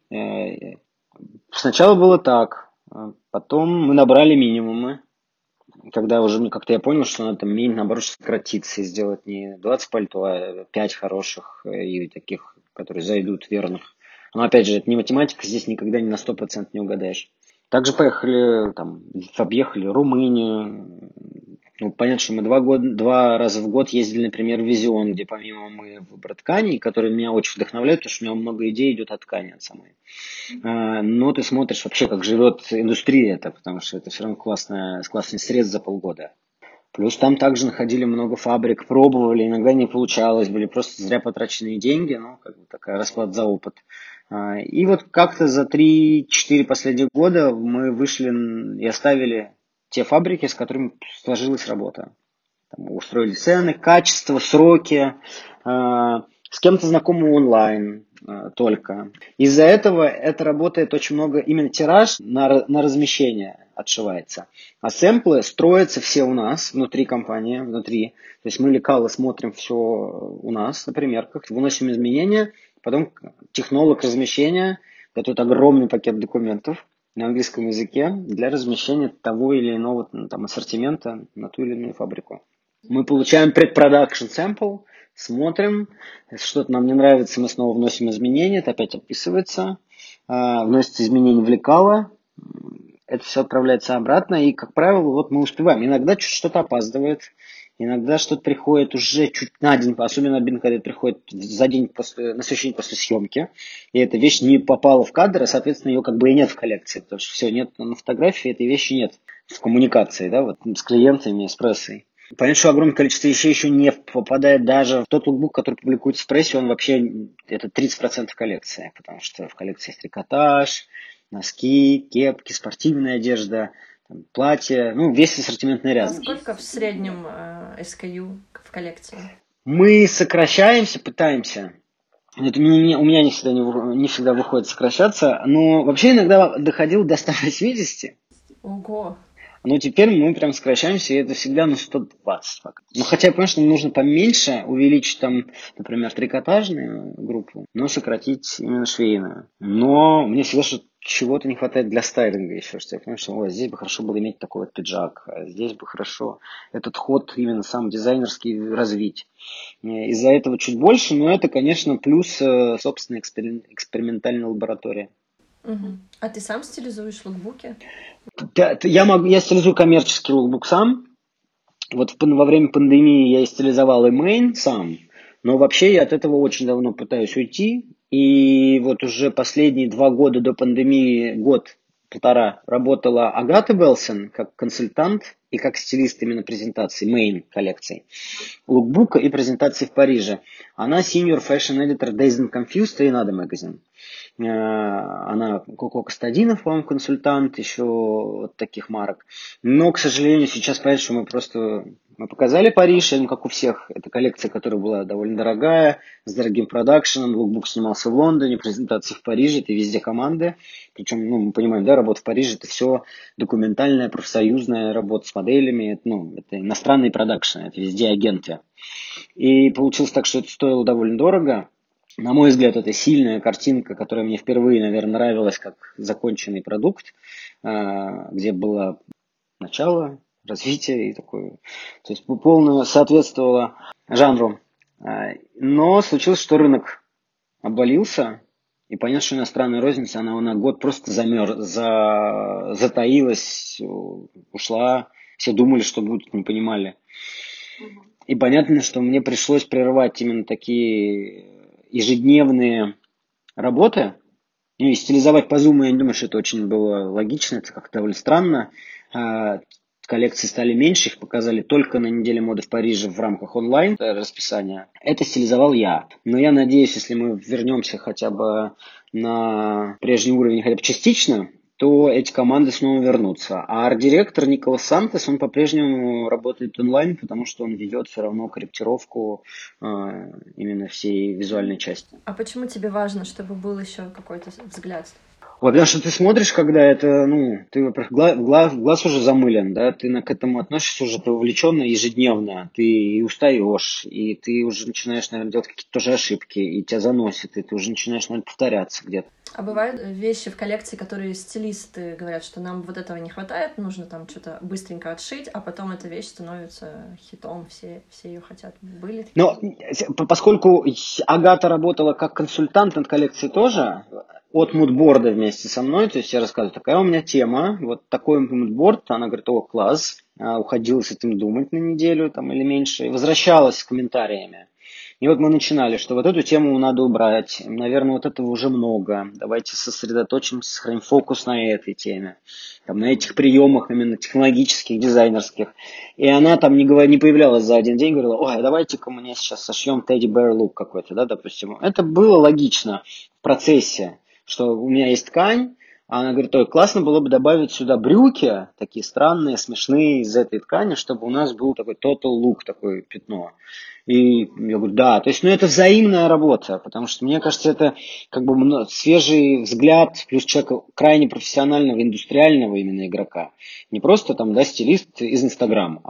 Сначала было так, потом мы набрали минимумы, когда уже как-то я понял, что надо наоборот сократиться и сделать не 20 пальто, а 5 хороших и таких, которые зайдут верных. Но опять же, это не математика, здесь никогда не на 100% не угадаешь. Также поехали, там, объехали Румынию. Ну, понятно, что мы 2 раза в год ездили, например, в Визион, где помимо мы выбора тканей, которые меня очень вдохновляют, потому что у меня много идей идет от ткани от самой. Но ты смотришь вообще, как живет индустрия это, потому что это все равно классный срез за полгода. Плюс там также находили много фабрик, пробовали, иногда не получалось, были просто зря потраченные деньги, как бы такая расплата за опыт. И вот как-то за 3-4 последних года мы вышли и оставили те фабрики, с которыми сложилась работа. Там устроили цены, качество, сроки, с кем-то знакомы онлайн только. Из-за этого это работает очень много, именно тираж на размещение отшивается. А сэмплы строятся все у нас, внутри компании, внутри. То есть мы лекалы смотрим все у нас на примерках, выносим изменения, потом технолог размещения готовит огромный пакет документов на английском языке для размещения того или иного там, ассортимента на ту или иную фабрику. Мы получаем предпродакшн сэмпл, смотрим, что-то нам не нравится, мы снова вносим изменения, это опять описывается, вносятся изменения в лекало, это все отправляется обратно, и, как правило, вот мы успеваем. Иногда что-то опаздывает, иногда что-то приходит уже чуть на день, особенно обидно, когда это приходит за день на следующий день после съемки, и эта вещь не попала в кадр, и, соответственно, ее как бы и нет в коллекции, потому что все, нет на фотографии, этой вещи нет в коммуникации, да, вот с клиентами, с прессой. Понятно, что огромное количество вещей еще не попадает даже в тот лукбук, который публикуется в прессе, он вообще, это 30% коллекции, потому что в коллекции есть трикотаж, носки, кепки, спортивная одежда, там, платья, весь ассортиментный ряд. А сколько в среднем SKU в коллекции? Мы сокращаемся, пытаемся. Это у меня не всегда выходит сокращаться, но вообще иногда доходил до 180. Ого! Но теперь мы прям сокращаемся, и это всегда 120 пока. Хотя я понимаю, что нам нужно поменьше увеличить там, например, трикотажную группу, но сократить именно швейную. Но мне всегда чего-то не хватает для стайлинга еще, что я понимаю, что здесь бы хорошо было иметь такой вот пиджак, а здесь бы хорошо этот ход именно сам дизайнерский развить. Из-за этого чуть больше, но это, конечно, плюс собственная экспериментальная лаборатория. Угу. А ты сам стилизуешь лукбуки? Я стилизую коммерческий лукбук сам. Вот во время пандемии я стилизовал и Main сам. Но вообще я от этого очень давно пытаюсь уйти. И вот уже последние 2 года до пандемии, год-полтора, работала Агата Белсон как консультант и как стилист именно презентаций, мейн коллекций, лукбука и презентации в Париже. Она senior fashion editor Dazed and Confused и Another Magazine. Она Коко Костадинов, по-моему, консультант еще вот таких марок. Но, к сожалению, сейчас понятно, что мы показали Париж, как у всех. Это коллекция, которая была довольно дорогая, с дорогим продакшеном. Лукбук снимался в Лондоне, презентации в Париже, это везде команды. Причем, мы понимаем, да, работа в Париже, это все документальная, профсоюзная работа с моделями. Это иностранные продакшены, это везде агенты. И получилось так, что это стоило довольно дорого. На мой взгляд, это сильная картинка, которая мне впервые, наверное, нравилась как законченный продукт, где было начало, развитие и такое, то есть полное соответствовало жанру. Но случилось, что рынок обвалился, и понятно, что иностранная розница, она на год просто затаилась, ушла. Все думали, что будет, не понимали. И понятно, что мне пришлось прерывать именно такие ежедневные работы. И стилизовать по Zoom, я не думаю, что это очень было логично, это как-то довольно странно. Коллекции стали меньше, их показали только на неделе моды в Париже в рамках онлайн расписания. Это стилизовал я. Но я надеюсь, если мы вернемся хотя бы на прежний уровень, хотя бы частично, то эти команды снова вернутся. А арт-директор Николас Сантос, он по-прежнему работает онлайн, потому что он ведет все равно корректировку именно всей визуальной части. А почему тебе важно, чтобы был еще какой-то взгляд? Вот, потому что ты смотришь, когда это, ты, во-первых, глаз уже замылен, да, ты к этому относишься уже увлеченно ежедневно, ты и устаешь, и ты уже начинаешь, наверное, делать какие-то тоже ошибки, и тебя заносит, и ты уже начинаешь, наверное, повторяться где-то. А бывают вещи в коллекции, которые стилисты говорят, что нам вот этого не хватает, нужно там что-то быстренько отшить, а потом эта вещь становится хитом, все ее хотят. Были такие? Но поскольку Агата работала как консультант над коллекцией тоже, от мудборда вместе со мной, то есть я рассказываю, такая у меня тема, вот такой мудборд, она говорит, о, класс, уходила с этим думать на неделю там, или меньше, и возвращалась с комментариями. И вот мы начинали, что вот эту тему надо убрать, наверное, вот этого уже много, давайте сосредоточимся, сохраним фокус на этой теме, там, на этих приемах именно технологических, дизайнерских. И она там не появлялась за один день, говорила, ой, давайте-ка мне сейчас сошьем Teddy Bear Look какой-то, да, допустим. Это было логично в процессе, что у меня есть ткань, а она говорит, ой, классно было бы добавить сюда брюки, такие странные, смешные из этой ткани, чтобы у нас был такой total look, такое пятно. И я говорю, да, то есть, это взаимная работа, потому что, мне кажется, это как бы свежий взгляд, плюс человека крайне профессионального, индустриального именно игрока. Не просто там, да, стилист из Инстаграм,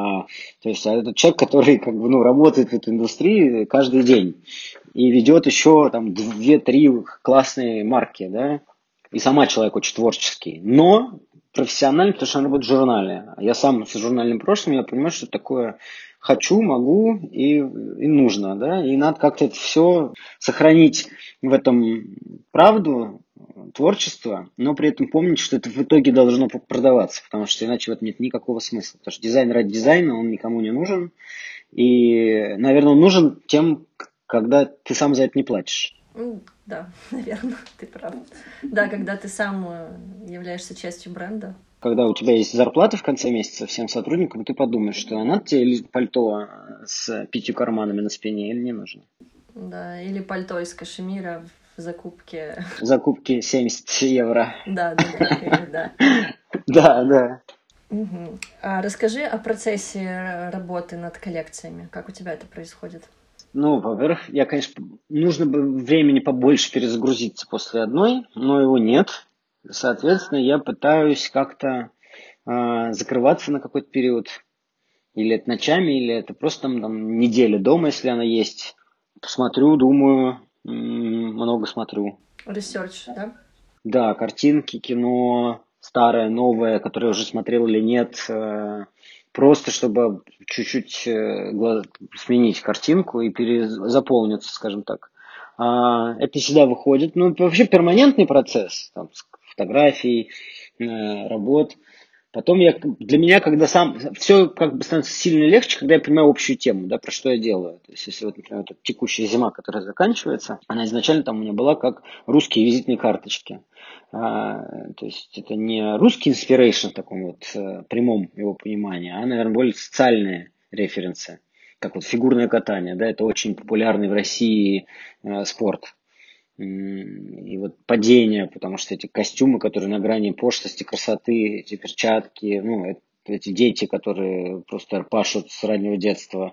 то есть, это человек, который как бы, работает в этой индустрии каждый день и ведет еще там 2-3 классные марки, да, и сама человек очень творческий, но профессиональный, потому что он работает в журнале. Я сам с журнальным прошлым, я понимаю, что такое хочу, могу и нужно, да, и надо как-то это все сохранить в этом правду, творчество, но при этом помнить, что это в итоге должно продаваться, потому что иначе в этом нет никакого смысла, потому что дизайн ради дизайна, он никому не нужен, и, наверное, он нужен тем, когда ты сам за это не платишь. Да, наверное, ты прав. Да, когда ты сам являешься частью бренда. Когда у тебя есть зарплата в конце месяца всем сотрудникам, ты подумаешь, что надо тебе пальто с 5 карманами на спине или не нужно. Да, или пальто из кашемира в закупке. Закупки 70 евро. Да. Да. Угу. А расскажи о процессе работы над коллекциями. Как у тебя это происходит? Во-первых, конечно, нужно бы времени побольше перезагрузиться после одной, но его нет. Соответственно, я пытаюсь как-то закрываться на какой-то период. Или это ночами, или это просто там неделя дома, если она есть. Посмотрю, думаю, много смотрю. Ресерч, да? Да, картинки, кино, старое, новое, которое уже смотрел или нет. Просто чтобы чуть-чуть сменить картинку и перезаполниться, скажем так. Это всегда выходит. Вообще перманентный процесс, там, фотографий, работ. Потом для меня, когда все как бы становится сильно легче, когда я понимаю общую тему, да, про что я делаю. То есть, если вот, например, вот эта текущая зима, которая заканчивается, она изначально там у меня была как русские визитные карточки. То есть это не русский inspiration в таком вот прямом его понимании, а, наверное, более социальные референсы, как вот фигурное катание, да, это очень популярный в России спорт. И вот падение, потому что эти костюмы, которые на грани пошлости, красоты, эти перчатки, ну, эти дети, которые просто пашут с раннего детства.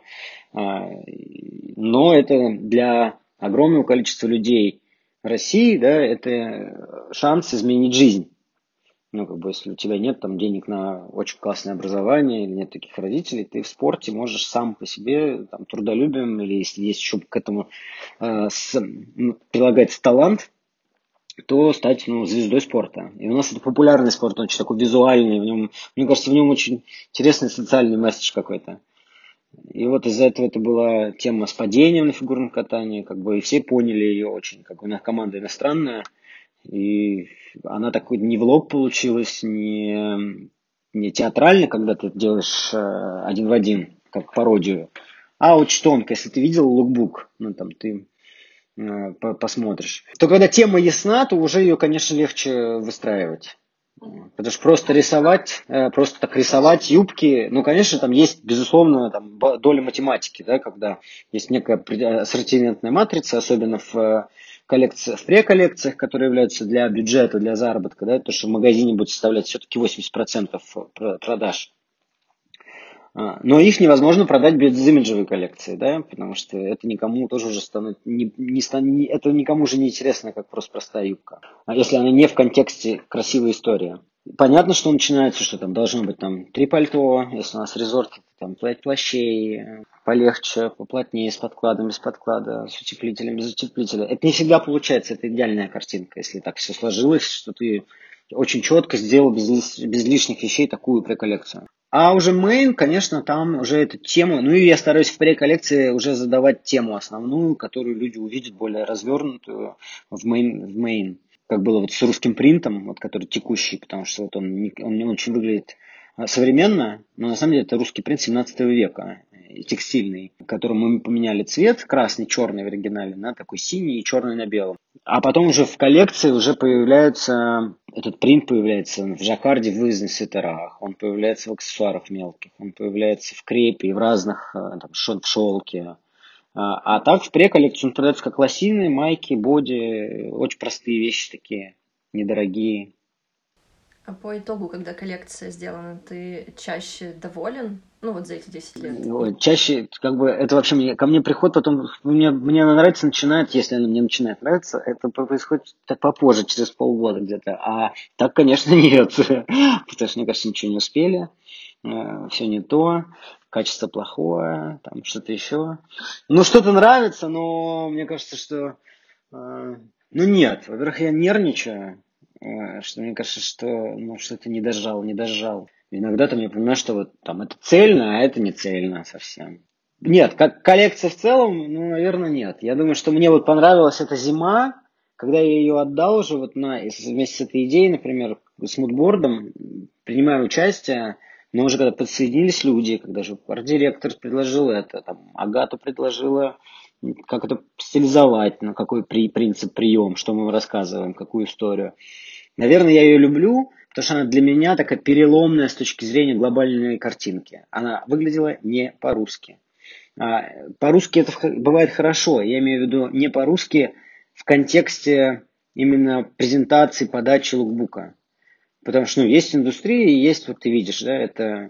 Но это для огромного количества людей России, да, это шанс изменить жизнь. Ну, как бы, если у тебя нет там денег на очень классное образование или нет таких родителей, ты в спорте можешь сам по себе, там, трудолюбием, или если есть еще к этому прилагается талант, то стать, ну, звездой спорта. И у нас это популярный спорт, он очень такой визуальный, в нем, мне кажется, в нем очень интересный социальный месседж какой-то. И вот из-за этого это была тема с падением на фигурном катании, как бы, и все поняли ее очень, как бы, у нас команда иностранная, и она такой не влог получилась, не театрально, когда ты делаешь один в один, как пародию, а очень тонко. Если ты видел лукбук, ну там ты посмотришь, то когда тема ясна, то уже ее, конечно, легче выстраивать. Потому что просто так рисовать юбки, ну, конечно, там есть, безусловно, там, доля математики, да, когда есть некая ассортиментная матрица, особенно в преколлекциях, которые являются для бюджета, для заработка, да, то, что в магазине будет составлять все-таки 80% продаж. Но их невозможно продать без имиджевой коллекции, да, потому что это никому тоже уже это никому уже не интересно, как просто простая юбка. А если она не в контексте красивой истории. Понятно, что начинается, что там должно быть там 3 пальто, если у нас резорт, там 5 плащей, полегче, поплотнее, с подкладом, без подклада, с утеплителем, без утеплителя. Это не всегда получается, это идеальная картинка, если так все сложилось, что ты очень четко сделал без лишних вещей такую преколлекцию. А уже мейн, конечно, там уже эту тему, ну и я стараюсь в преколлекции уже задавать тему основную, которую люди увидят более развернутую в мейн. Как было вот с русским принтом, вот, который текущий, потому что вот он не очень выглядит современно, но на самом деле это русский принт 17 века, текстильный, которым мы поменяли цвет, красный, черный в оригинале, на такой синий и черный на белом. А потом уже в коллекции уже появляется, этот принт появляется в жаккарде, в вывязанных свитерах, он появляется в аксессуарах мелких, он появляется в крепе и в разных, там, в шелке. А так в преколлекции он продается как лосины, майки, боди, очень простые вещи такие, недорогие. А по итогу, когда коллекция сделана, ты чаще доволен? Ну, вот за эти 10 лет. Чаще, как бы, это вообще ко мне приход, потом мне она нравится, если она мне начинает нравиться, это происходит так попозже, через полгода где-то. А так, конечно, нет. Потому что, мне кажется, ничего не успели, все не то, качество плохое, там что-то еще. Ну, что-то нравится, но мне кажется, что... Ну, нет. Во-первых, я нервничаю, что мне кажется, что ну, что-то не дожал. Иногда там я понимаю, что вот там это цельно, а это не цельно совсем. Нет, как коллекция в целом, ну, наверное, нет. Я думаю, что мне вот понравилась эта зима, когда я ее отдал уже вот вместе с этой идеей, например, с мудбордом, принимаю участие, но уже когда подсоединились люди, когда же арт-директор предложил это, там, Агата предложила, как это стилизовать, на какой принцип, прием, что мы рассказываем, какую историю. Наверное, я ее люблю, потому что она для меня такая переломная с точки зрения глобальной картинки. Она выглядела не по-русски. По-русски это бывает хорошо, я имею в виду не по-русски в контексте именно презентации, подачи лукбука. Потому что есть индустрия, и есть, вот ты видишь, да, это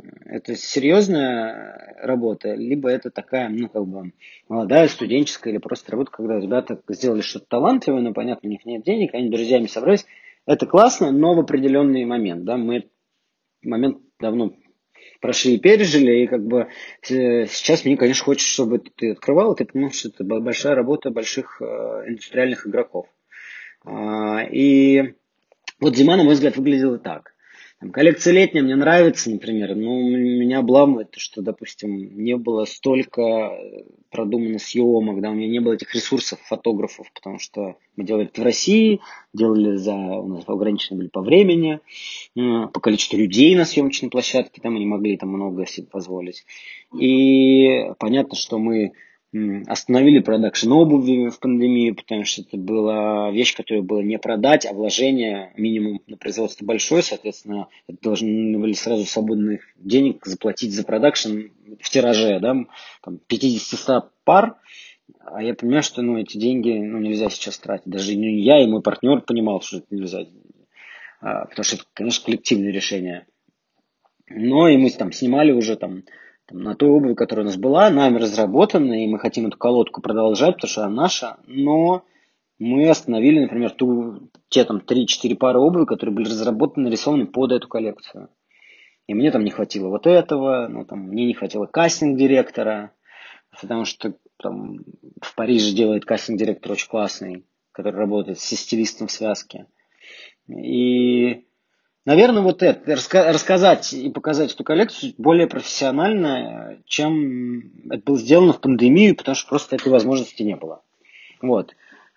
серьезная работа, либо это такая, ну, как бы, молодая, студенческая, или просто работа, когда ребята сделали что-то талантливое, но, понятно, у них нет денег, они друзьями собрались. Это классно, но в определенный момент, да, мы момент давно прошли и пережили, и как бы сейчас мне, конечно, хочется, чтобы ты открывал, и ты понимал, что это большая работа больших индустриальных игроков. И вот зима, на мой взгляд, выглядела так. Коллекция летняя мне нравится, например, но меня обламывает то, что, допустим, не было столько продумано съемок, да, у меня не было этих ресурсов фотографов, потому что мы делали это в России, у нас ограничены были по времени, по количеству людей на съемочной площадке, да, мы не могли там много себе позволить. И понятно, что мы остановили продакшн обуви в пандемию, потому что это была вещь, которую было не продать, а вложение минимум на производство большое, соответственно, это должны были сразу свободных денег заплатить за продакшн в тираже, да, там 50-100 пар, а я понимаю, что эти деньги нельзя сейчас тратить. Даже не я и мой партнер понимал, что это нельзя, потому что это, конечно, коллективное решение. Но и мы там снимали уже на той обуви, которая у нас была, нами разработана, и мы хотим эту колодку продолжать, потому что она наша, но мы остановили, например, те 3-4 пары обуви, которые были разработаны, нарисованы под эту коллекцию. И мне там не хватило вот этого, мне не хватило кастинг-директора, потому что там в Париже делает кастинг-директор очень классный, который работает со стилистом в связке. И наверное, вот это, рассказать и показать эту коллекцию более профессионально, чем это было сделано в пандемию, потому что просто этой возможности не было. Вот.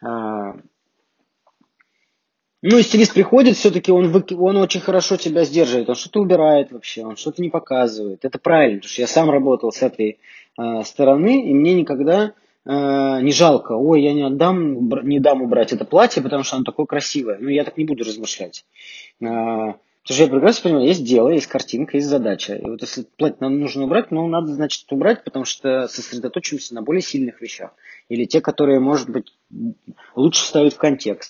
И стилист приходит, все-таки он очень хорошо тебя сдерживает, он что-то убирает вообще, он что-то не показывает. Это правильно, потому что я сам работал с этой стороны, и мне никогда не жалко, ой, я не дам убрать это платье, потому что оно такое красивое. Я так не буду размышлять. Потому что я прекрасно понимаю, есть дело, есть картинка, есть задача. И вот если платье нам нужно убрать, надо, значит, убрать, потому что сосредоточимся на более сильных вещах. Или те, которые, может быть, лучше ставить в контекст.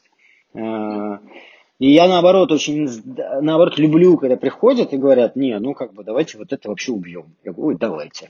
И я наоборот люблю, когда приходят и говорят, давайте вот это вообще убьем. Я говорю, ой, давайте.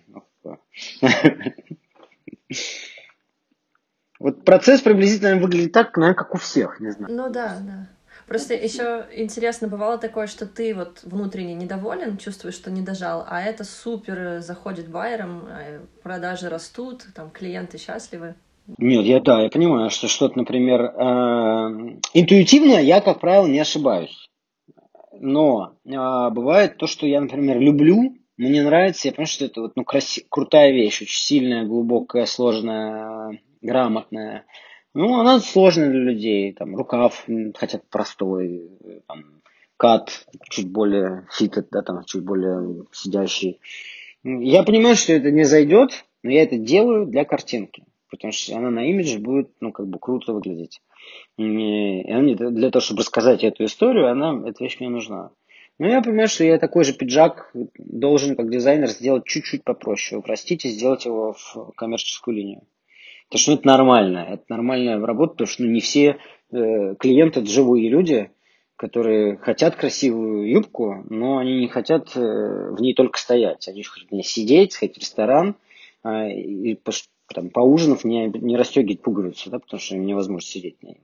Вот процесс приблизительно выглядит так, наверное, как у всех, не знаю. Да. Просто еще интересно, бывало такое, что ты вот внутренне недоволен, чувствуешь, что не дожал, а это супер заходит байерам, продажи растут, там клиенты счастливы. Нет, я понимаю, что что-то, например, интуитивно я, как правило, не ошибаюсь. Но бывает то, что я, например, люблю, мне нравится, я понимаю, что это крутая вещь, очень сильная, глубокая, сложная, грамотная. Она сложная для людей. Рукав хотят простой, кат чуть более fitted, чуть более сидящий. Я понимаю, что это не зайдет, но я это делаю для картинки. Потому что она на имидже будет, круто выглядеть. И для того, чтобы рассказать эту историю, эта вещь мне нужна. Но я понимаю, что я такой же пиджак должен, как дизайнер, сделать чуть-чуть попроще, упростить и сделать его в коммерческую линию. Потому что это нормально. Это нормальная работа, потому что не все клиенты это живые люди, которые хотят красивую юбку, но они не хотят в ней только стоять. Они хотят в ней сидеть, сходить в ресторан и поужинав не расстегивать пуговицу, потому что им невозможно сидеть в ней.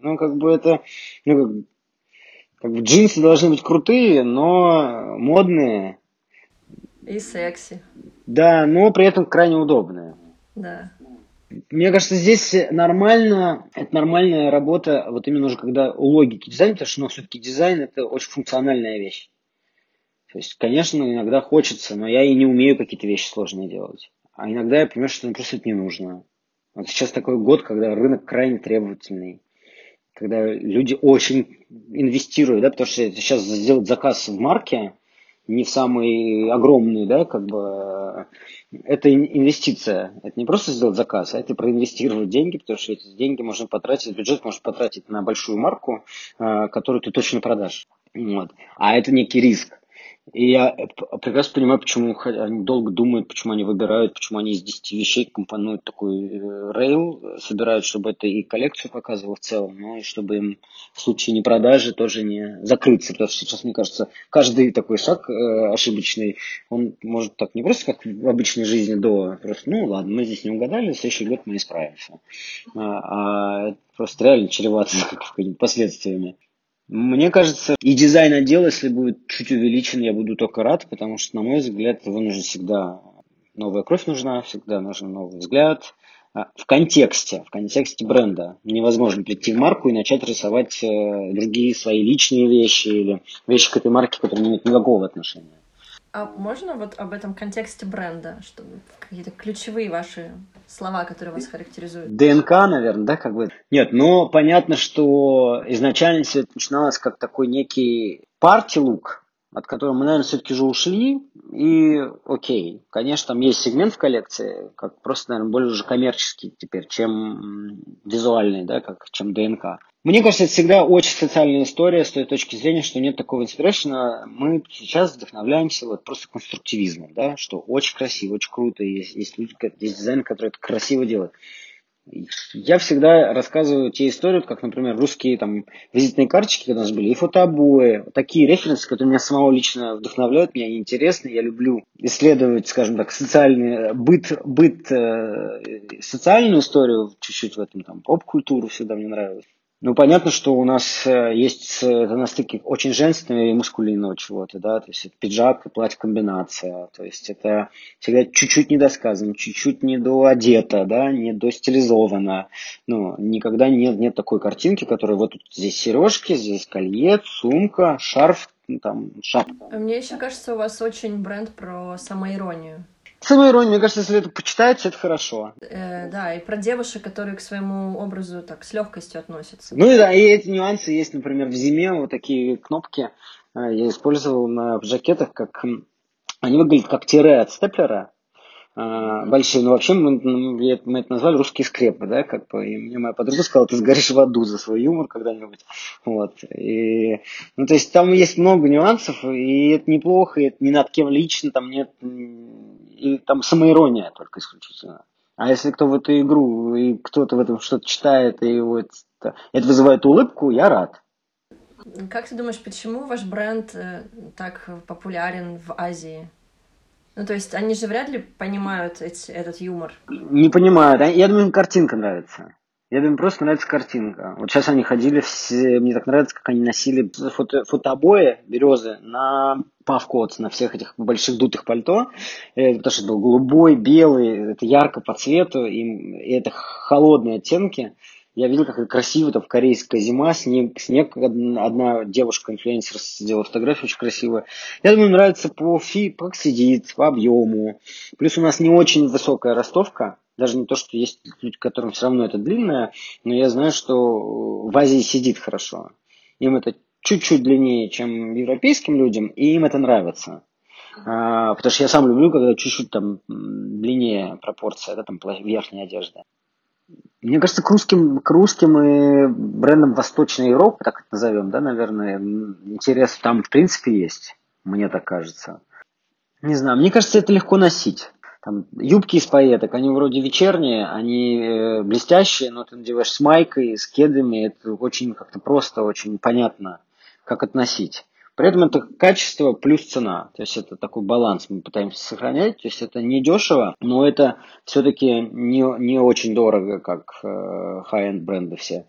Джинсы должны быть крутые, но модные. И секси. Да, но при этом крайне удобные. Да. Мне кажется, здесь это нормальная работа, вот именно уже когда у логики дизайна, потому что все-таки дизайн это очень функциональная вещь. То есть, конечно, иногда хочется, но я и не умею какие-то вещи сложные делать. А иногда я понимаю, что просто это не нужно. Вот сейчас такой год, когда рынок крайне требовательный, когда люди очень инвестируют, потому что сейчас сделать заказ в марке не в самый огромный, это инвестиция. Это не просто сделать заказ, а это проинвестировать деньги, потому что эти деньги можно потратить, бюджет можно потратить на большую марку, которую ты точно продашь. Вот. А это некий риск. И я прекрасно понимаю, почему они долго думают, почему они выбирают, почему они из 10 вещей компонуют такой рейл, собирают, чтобы это и коллекцию показывало в целом, но и чтобы им в случае непродажи тоже не закрыться. Потому что сейчас, мне кажется, каждый такой шаг ошибочный, он может так не просто как в обычной жизни просто, ладно, мы здесь не угадали, в следующий год мы исправимся. А это просто реально чревато какими-то последствиями. Мне кажется, и дизайн отдела, если будет чуть увеличен, я буду только рад, потому что, на мой взгляд, его нужно всегда, новая кровь нужна, всегда нужен новый взгляд, в контексте бренда. Невозможно прийти в марку и начать рисовать другие свои личные вещи или вещи к этой марке, которые не имеют никакого отношения. А можно вот об этом контексте бренда, что какие-то ключевые ваши слова, которые вас характеризуют? ДНК, наверное, да, как бы. Нет, но понятно, что изначально все это начиналось как такой некий парти-лук, от которого мы, наверное, все-таки уже ушли. И окей, конечно, там есть сегмент в коллекции, как просто, наверное, более уже коммерческий теперь, чем визуальный, да, как чем ДНК. Мне кажется, это всегда очень социальная история с той точки зрения, что нет такого инспирейшена. Мы сейчас вдохновляемся вот просто конструктивизмом, да, что очень красиво, очень круто. Есть люди, есть дизайнеры, которые это красиво делают. Я всегда рассказываю те истории, как, например, русские там визитные карточки, когда у нас были, и фотообои, такие референсы, которые меня самого лично вдохновляют, мне они интересны, я люблю исследовать, скажем так, социальный социальную историю чуть-чуть в этом, там, поп-культуру всегда мне нравилось. Ну, понятно, что у нас есть это на стыке очень женственного и мускулинного чего-то, да, то есть это пиджак и платье-комбинация, то есть это всегда чуть-чуть недосказано, чуть-чуть недоодето, да, недостилизовано. Ну, никогда нет такой картинки, которая вот тут здесь сережки, здесь колье, сумка, шарф, ну, там, шапка. Мне еще кажется, у вас очень бренд про самоиронию. Самоирония, мне кажется, если это почитается, это хорошо. Да, и про девушек, которые к своему образу так с легкостью относятся. Ну и да, и эти нюансы есть, например, в зиме вот такие кнопки я использовал на жакетах, как они выглядят как тире от степлера. Большие, но вообще мы это назвали русские скрепы, да, как бы, и мне моя подруга сказала, ты сгоришь в аду за свой юмор когда-нибудь, вот, и, ну, то есть там есть много нюансов, и это неплохо, и это ни над кем лично, там нет, и там самоирония только исключительно. А если кто в эту игру, и кто-то в этом что-то читает, и вот это вызывает улыбку, я рад. Как ты думаешь, почему ваш бренд так популярен в Азии? Ну, то есть они же вряд ли понимают этот юмор. Не понимаю, да? Я думаю, им картинка нравится. Я думаю, просто нравится картинка. Вот сейчас они ходили все, мне так нравится, как они носили фотообои березы на павкотс, на всех этих больших дутых пальто, потому что это был голубой, белый, это ярко по цвету, и это холодные оттенки. Я видел, как это красиво, там, корейская зима, снег, одна девушка-инфлюенсер сделала фотографию очень красивую. Я думаю, нравится как сидит, по объему. Плюс у нас не очень высокая ростовка, даже не то, что есть люди, которым все равно это длинное, но я знаю, что в Азии сидит хорошо. Им это чуть-чуть длиннее, чем европейским людям, и им это нравится. Потому что я сам люблю, когда чуть-чуть там длиннее пропорция, да, там верхняя одежда. Мне кажется, к русским и брендам Восточной Европы, так это назовем, да, наверное, интерес там в принципе есть, мне так кажется. Не знаю, мне кажется, это легко носить. Там юбки из пайеток, они вроде вечерние, они блестящие, но ты надеваешь с майкой, с кедами, это очень как-то просто, очень понятно, как относить. При этом это качество плюс цена, то есть это такой баланс мы пытаемся сохранять, то есть это не дешево, но это все-таки не очень дорого, как high-end бренды все.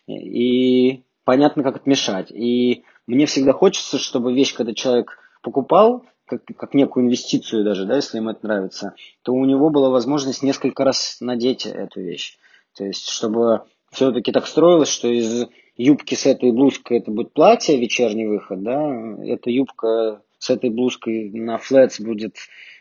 И понятно, как это мешать. И мне всегда хочется, чтобы вещь, когда человек покупал, как некую инвестицию даже, да, если ему это нравится, то у него была возможность несколько раз надеть эту вещь. То есть, чтобы все-таки так строилось, что из юбки с этой блузкой это будет платье, вечерний выход, да, эта юбка с этой блузкой на флетс будет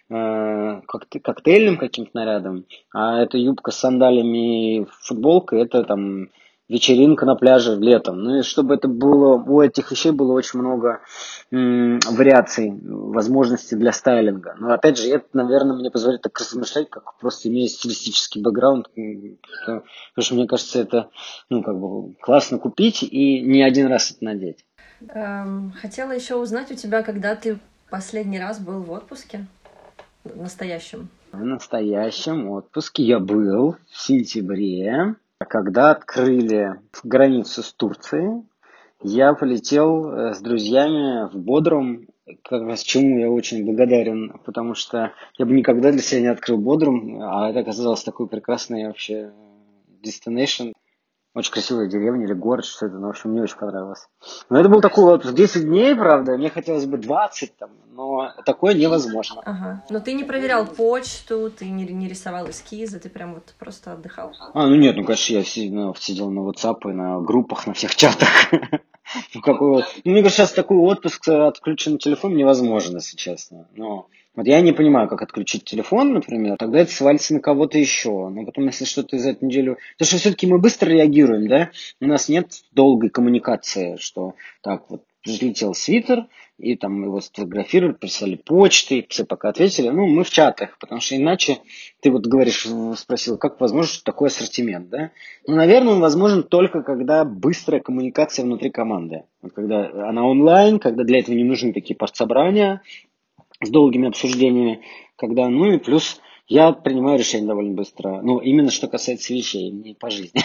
коктейльным каким-то нарядом, а эта юбка с сандалиями и футболкой это там вечеринка на пляже летом. Ну и чтобы это было, у этих вещей было очень много вариаций, возможностей для стайлинга. Но опять же, это, наверное, мне позволяет так размышлять, как просто имея стилистический бэкграунд, потому что мне кажется, это как бы классно купить и не один раз это надеть. Хотела еще узнать у тебя, когда ты последний раз был в отпуске настоящем. В настоящем отпуске я был в сентябре, когда открыли границу с Турцией. Я полетел с друзьями в Бодрум, как раз чему я очень благодарен, потому что я бы никогда для себя не открыл Бодрум, а это оказалось такой прекрасный вообще destination. Очень красивая деревня или город, что это, ну, в общем, мне очень понравилось. Но это был такой вот 10 дней, правда, мне хотелось бы 20 там, но такое невозможно. Ага. Но ты не проверял почту, ты не рисовал эскизы, ты прям вот просто отдыхал? Ну нет, ну конечно, я сидел на WhatsApp и на группах, на всех чатах. Ну, какой вот. Ну, мне кажется, сейчас такой отпуск отключен телефон невозможно, если честно. Но вот я не понимаю, как отключить телефон, например, тогда это свалится на кого-то еще. Но потом, если что-то за эту неделю... Потому что все-таки мы быстро реагируем, да? У нас нет долгой коммуникации, что так вот прилетел свитер, и там его сфотографировали, прислали почты, все пока ответили. Ну, мы в чатах, потому что иначе ты вот говоришь, спросил, как возможно, что такой ассортимент, да? Ну, наверное, он возможен только когда быстрая коммуникация внутри команды. Вот когда она онлайн, когда для этого не нужны такие постсобрания с долгими обсуждениями, когда, ну и плюс я принимаю решения довольно быстро. Ну, именно что касается вещей, не по жизни.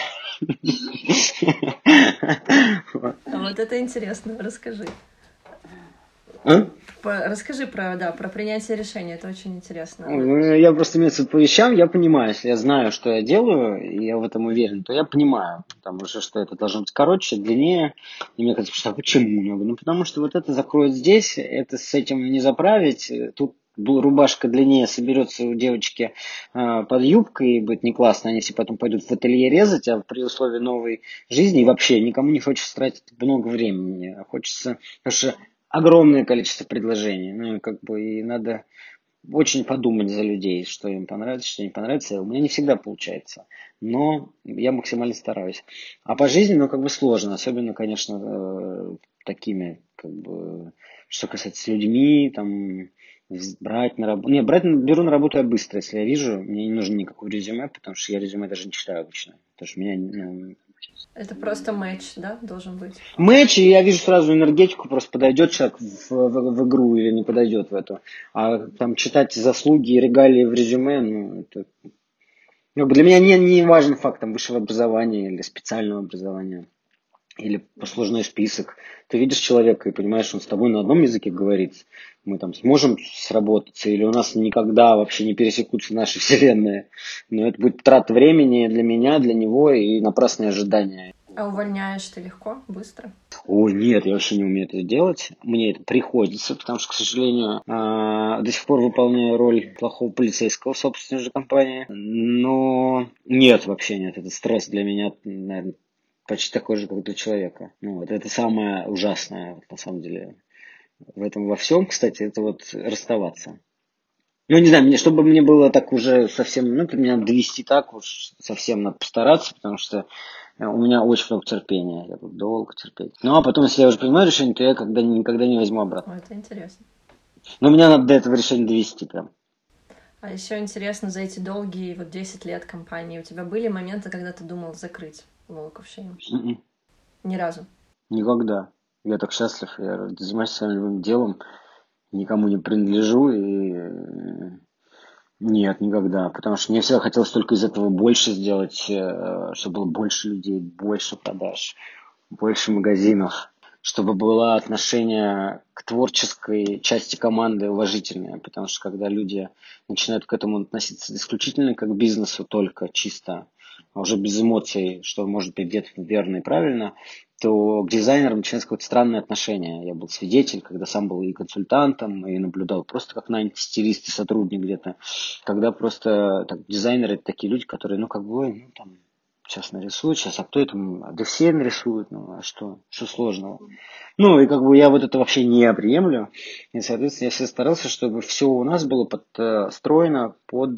А вот это интересно, расскажи. Расскажи про принятие решения, это очень интересно. Я просто имею в виду по вещам, я понимаю, если я знаю, что я делаю, и я в этом уверен, то я понимаю, потому что это должно быть короче, длиннее, и мне кажется, что почему? Я говорю, ну, потому что вот это закроют здесь, это с этим не заправить, тут рубашка длиннее соберется у девочки под юбкой, и будет не классно, они все потом пойдут в ателье резать, а при условии новой жизни и вообще никому не хочется тратить много времени, а хочется, потому что огромное количество предложений, ну и как бы и надо очень подумать за людей, что им понравится, что не понравится. У меня не всегда получается, но я максимально стараюсь. А по жизни, ну, как бы сложно, особенно, конечно, такими, как бы, что касается людьми, там, брать на работу. Не, беру на работу я быстро, если я вижу, мне не нужно никакого резюме, потому что я резюме даже не читаю обычно. Потому что меня, ну, это просто матч, да, должен быть? Матч, и я вижу сразу энергетику, просто подойдет человек в игру или не подойдет в эту. А там читать заслуги и регалии в резюме, ну, это... Ну, для меня не важен факт там, высшего образования или специального образования, или послужной список. Ты видишь человека и понимаешь, что он с тобой на одном языке говорит. Мы там сможем сработаться, или у нас никогда вообще не пересекутся наши вселенные. Но это будет трата времени для меня, для него и напрасные ожидания. А увольняешь ты легко, быстро? Ой, нет, я вообще не умею это делать. Мне это приходится, потому что, к сожалению, до сих пор выполняю роль плохого полицейского в собственной же компании. Но нет, вообще нет. Это стресс для меня, наверное, почти такой же, как для человека. Ну, вот это самое ужасное, на самом деле. В этом во всем, кстати, это вот расставаться. Ну, не знаю, чтобы мне было так уже совсем, ну, меня надо довести так уж, совсем надо постараться, потому что у меня очень много терпения, я буду долго терпеть. Ну, а потом, если я уже принимаю решение, то я никогда не возьму обратно. Ой, это интересно. Но меня надо до этого решения довести прям. А еще интересно, за эти долгие 10 лет компании у тебя были моменты, когда ты думал закрыть Волоков-Шейн? Ни разу? Никогда. Я так счастлив, я занимаюсь своим любимым делом, никому не принадлежу и... Нет, никогда. Потому что мне всегда хотелось только из этого больше сделать, чтобы было больше людей, больше продаж, больше магазинов, чтобы было отношение к творческой части команды уважительное. Потому что когда люди начинают к этому относиться исключительно как к бизнесу, только чисто, а уже без эмоций, что может быть где-то верно и правильно, то к дизайнерам начинается какое-то странное отношение. Я был свидетель, когда сам был и консультантом, и наблюдал просто как нанятый стилист и сотрудник где-то. Когда просто так, дизайнеры это такие люди, которые, ну, как бы, ну, там, сейчас нарисуют, сейчас, а кто это? Да все нарисуют, ну, а что? Что сложного? Ну, и как бы я вот это вообще не приемлю. И, соответственно, я всегда старался, чтобы все у нас было подстроено под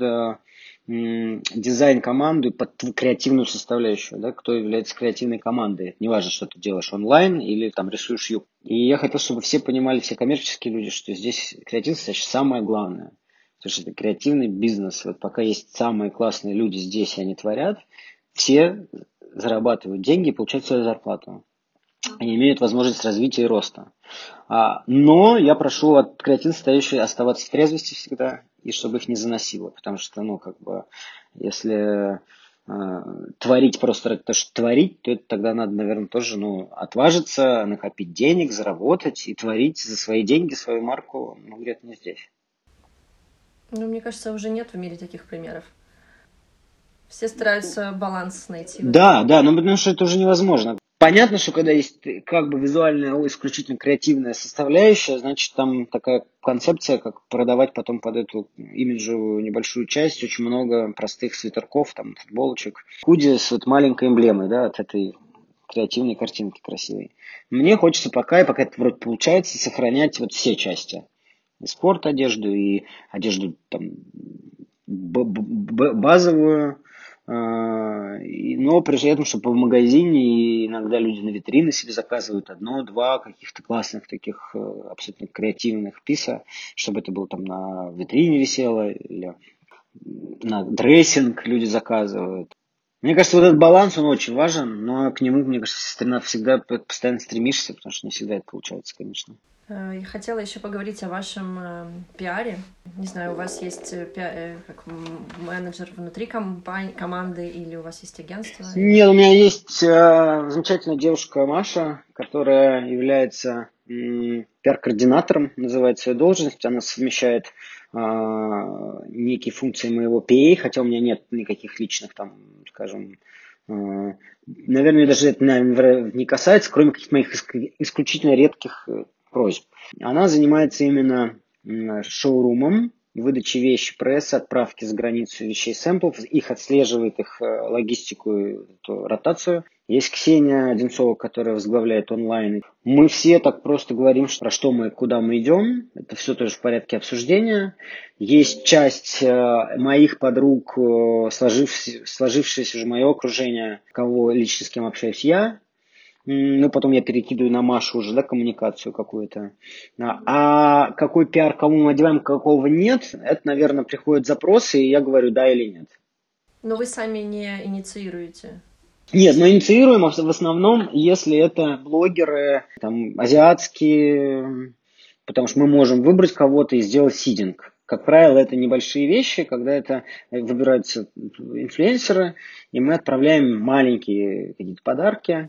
дизайн команды, под креативную составляющую, да, кто является креативной командой. Неважно, что ты делаешь онлайн или там рисуешь юбку. И я хотел, чтобы все понимали, все коммерческие люди, что здесь креативность это самое главное. Потому что это креативный бизнес. Вот пока есть самые классные люди здесь, и они творят, все зарабатывают деньги и получают свою зарплату. И имеют возможность развития и роста. Но я прошу от креативных составляющих оставаться в трезвости всегда, и чтобы их не заносило. Потому что, ну, как бы, если творить просто то, что творить, то это тогда надо, наверное, тоже, ну, отважиться, накопить денег, заработать и творить за свои деньги, свою марку, ну, где-то не здесь. Ну, мне кажется, уже нет в мире таких примеров. Все стараются баланс найти. Да, да, но потому что это уже невозможно. Понятно, что когда есть как бы визуальная, исключительно креативная составляющая, значит, там такая концепция, как продавать потом под эту имиджевую небольшую часть очень много простых свитерков, там, футболочек, худи с вот маленькой эмблемой, да, от этой креативной картинки красивой. Мне хочется пока это вроде получается, сохранять вот все части. И спорт одежду, и одежду там базовую, но при этом, чтобы в магазине, и иногда люди на витрины себе заказывают одно-два каких-то классных таких абсолютно креативных писа, чтобы это было там на витрине висело, или на дрессинг люди заказывают. Мне кажется, вот этот баланс, он очень важен, но к нему, мне кажется, всегда постоянно стремишься, потому что не всегда это получается, конечно. Я хотела еще поговорить о вашем пиаре. Не знаю, у вас есть как менеджер внутри команды или у вас есть агентство? Нет, у меня есть замечательная девушка Маша, которая является пиар-координатором, называется ее должность. Она совмещает некие функции моего PA, хотя у меня нет никаких личных там, скажем, наверное, даже это не касается, кроме каких-то моих исключительно редких просьб. Она занимается именно шоурумом, выдачи вещи прессы, отправки за границу вещей сэмплов, их отслеживает, их логистику, эту ротацию. Есть Ксения Одинцова, которая возглавляет онлайн. Мы все так просто говорим, про что мы, куда мы идем. Это все тоже в порядке обсуждения. Есть часть моих подруг, сложившееся уже мое окружение, кого лично с кем общаюсь я. Ну, потом я перекидываю на Машу уже, да, коммуникацию какую-то. А какой пиар, кому мы одеваем, какого нет, это, наверное, приходят запросы, и я говорю да или нет. Но вы сами не инициируете? Нет, мы инициируем в основном, если это блогеры там, азиатские, потому что мы можем выбрать кого-то и сделать сидинг. Как правило, это небольшие вещи, когда это выбираются инфлюенсеры, и мы отправляем маленькие какие-то подарки.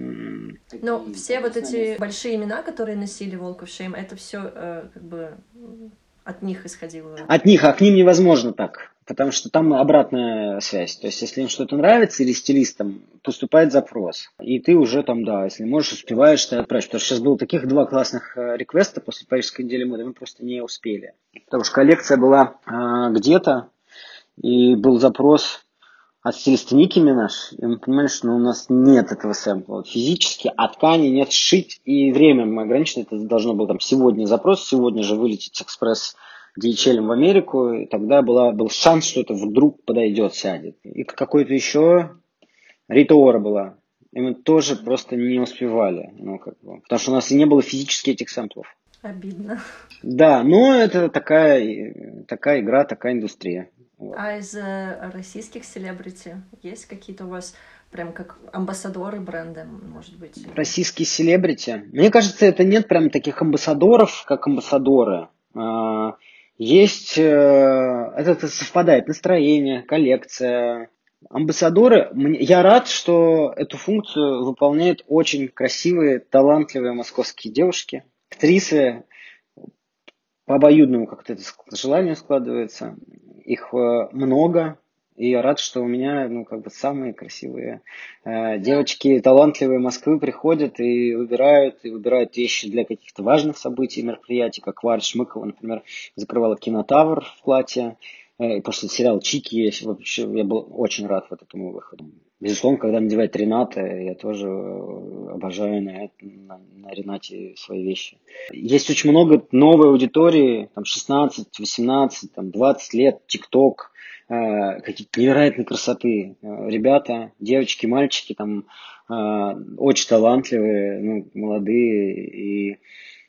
Но все вот эти большие имена, которые носили Walk of Shame, это все как бы от них исходило? От них, а к ним невозможно так, потому что там обратная связь. То есть, если им что-то нравится или стилистам, поступает запрос. И ты уже там, да, если можешь, успеваешь, ты отправишь. Потому что сейчас было таких 2 классных реквеста после Парижской недели моды, мы просто не успели. Потому что коллекция была где-то, и был запрос от стилиста Ники Минаж, и мы понимали, что у нас нет этого сэмпла. Вот физически, а ткани нет сшить, и время мы ограничены. Это должно было там сегодня запрос, сегодня же вылететь с экспресс DHL в Америку, и тогда был шанс, что это вдруг подойдет, сядет. И какой-то еще Рита Ора была. И мы тоже просто не успевали. Ну, как бы, потому что у нас и не было физически этих сэмплов. Обидно. Да, но это такая игра, такая индустрия. А из российских селебрити есть какие-то у вас прям как амбассадоры бренда, может быть? Российские селебрити? Мне кажется, это нет прям таких амбассадоров, как амбассадоры. Есть, это совпадает, настроение, коллекция. Амбассадоры, я рад, что эту функцию выполняют очень красивые, талантливые московские девушки. Актрисы по обоюдному как-то это желанию складывается. Их много, и я рад, что у меня самые красивые девочки, талантливые Москвы приходят и выбирают вещи для каких-то важных событий, мероприятий, как Варя Шмыкова, например, закрывала Кинотавр в платье. После сериала «Чики» я был очень рад вот этому выходу. Безусловно, когда надевает Рената, я тоже обожаю на Ренате свои вещи. Есть очень много новой аудитории, там 16, 18, там 20 лет, ТикТок, какие-то невероятной красоты. Ребята, девочки, мальчики, там очень талантливые, молодые. И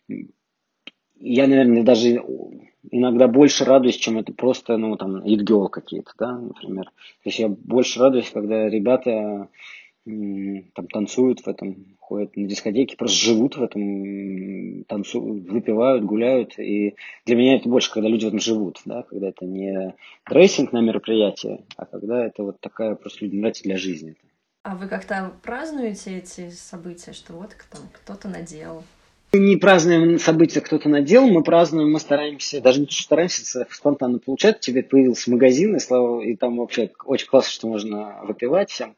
я, наверное, даже иногда больше радуюсь, чем это просто, it girl какие-то, да, например. То есть я больше радуюсь, когда ребята там танцуют в этом, ходят на дискотеки, просто живут в этом, танцуют, выпивают, гуляют. И для меня это больше, когда люди в этом живут, да, когда это не дрессинг на мероприятие, а когда это вот такая просто людям нравится для жизни. А вы как-то празднуете эти события, что вот там кто-то надел? Мы не празднуем события, кто-то надел, мы празднуем, мы стараемся, даже не то, что стараемся, это спонтанно получается. Тебе появился магазин, и там вообще очень классно, что можно выпивать всем.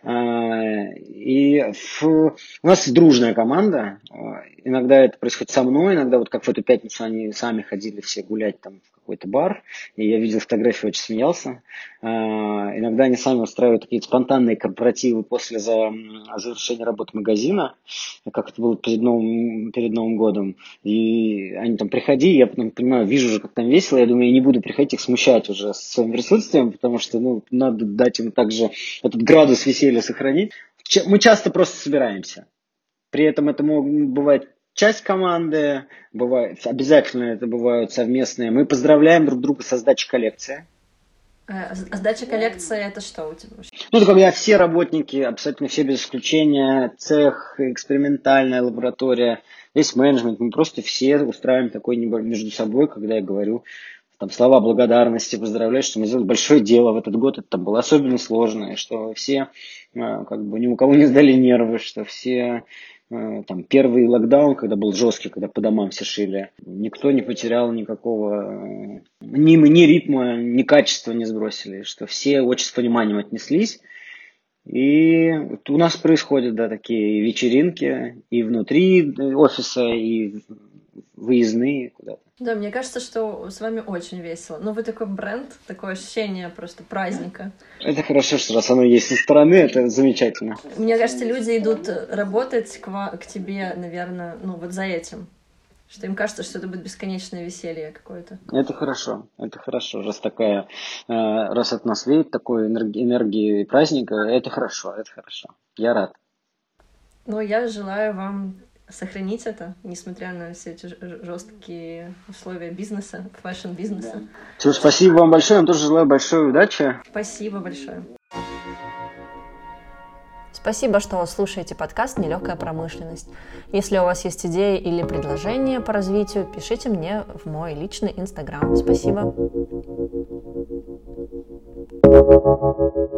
У нас дружная команда. Иногда это происходит со мной, иногда вот как в эту пятницу они сами ходили все гулять там в какой-то бар, и я видел фотографии, очень смеялся. Иногда они сами устраивают какие-то спонтанные корпоративы после завершения работы магазина, как это было перед Новым годом. И они там приходи, я потом понимаю, вижу уже, как там весело, я думаю, я не буду приходить их смущать уже своим присутствием, потому что надо дать им также этот градус веселья сохранить. Мы часто просто собираемся. При этом это бывает часть команды, бывает, обязательно это бывают совместные. Мы поздравляем друг друга со сдачей коллекции. А сдача коллекции это что у тебя? Это когда все работники, абсолютно все без исключения, цех, экспериментальная лаборатория, весь менеджмент, мы просто все устраиваем такой между собой, когда я говорю там слова благодарности, поздравляю, что мы сделали большое дело в этот год, это там было особенно сложное, что все ни у кого не сдали нервы, что все там первый локдаун, когда был жесткий, когда по домам все шили, никто не потерял никакого ни ритма, ни качества не сбросили, что все очень с пониманием отнеслись. И у нас происходят, да, такие вечеринки и внутри офиса, и выездные куда-то. Да, мне кажется, что с вами очень весело. Вы такой бренд, такое ощущение просто праздника. Это хорошо, что раз оно есть со стороны, это замечательно. Мне кажется, люди идут работать к тебе, наверное, вот за этим. Что им кажется, что это будет бесконечное веселье какое-то. Это хорошо. Раз от нас веет такой энергии праздника, это хорошо. Я рад. Я желаю вам сохранить это, несмотря на все эти жесткие условия бизнеса, фэшн-бизнеса. Да. Спасибо вам большое, я вам тоже желаю большой удачи. Спасибо большое. Спасибо, что слушаете подкаст «Нелегкая промышленность». Если у вас есть идеи или предложения по развитию, пишите мне в мой личный Инстаграм. Спасибо.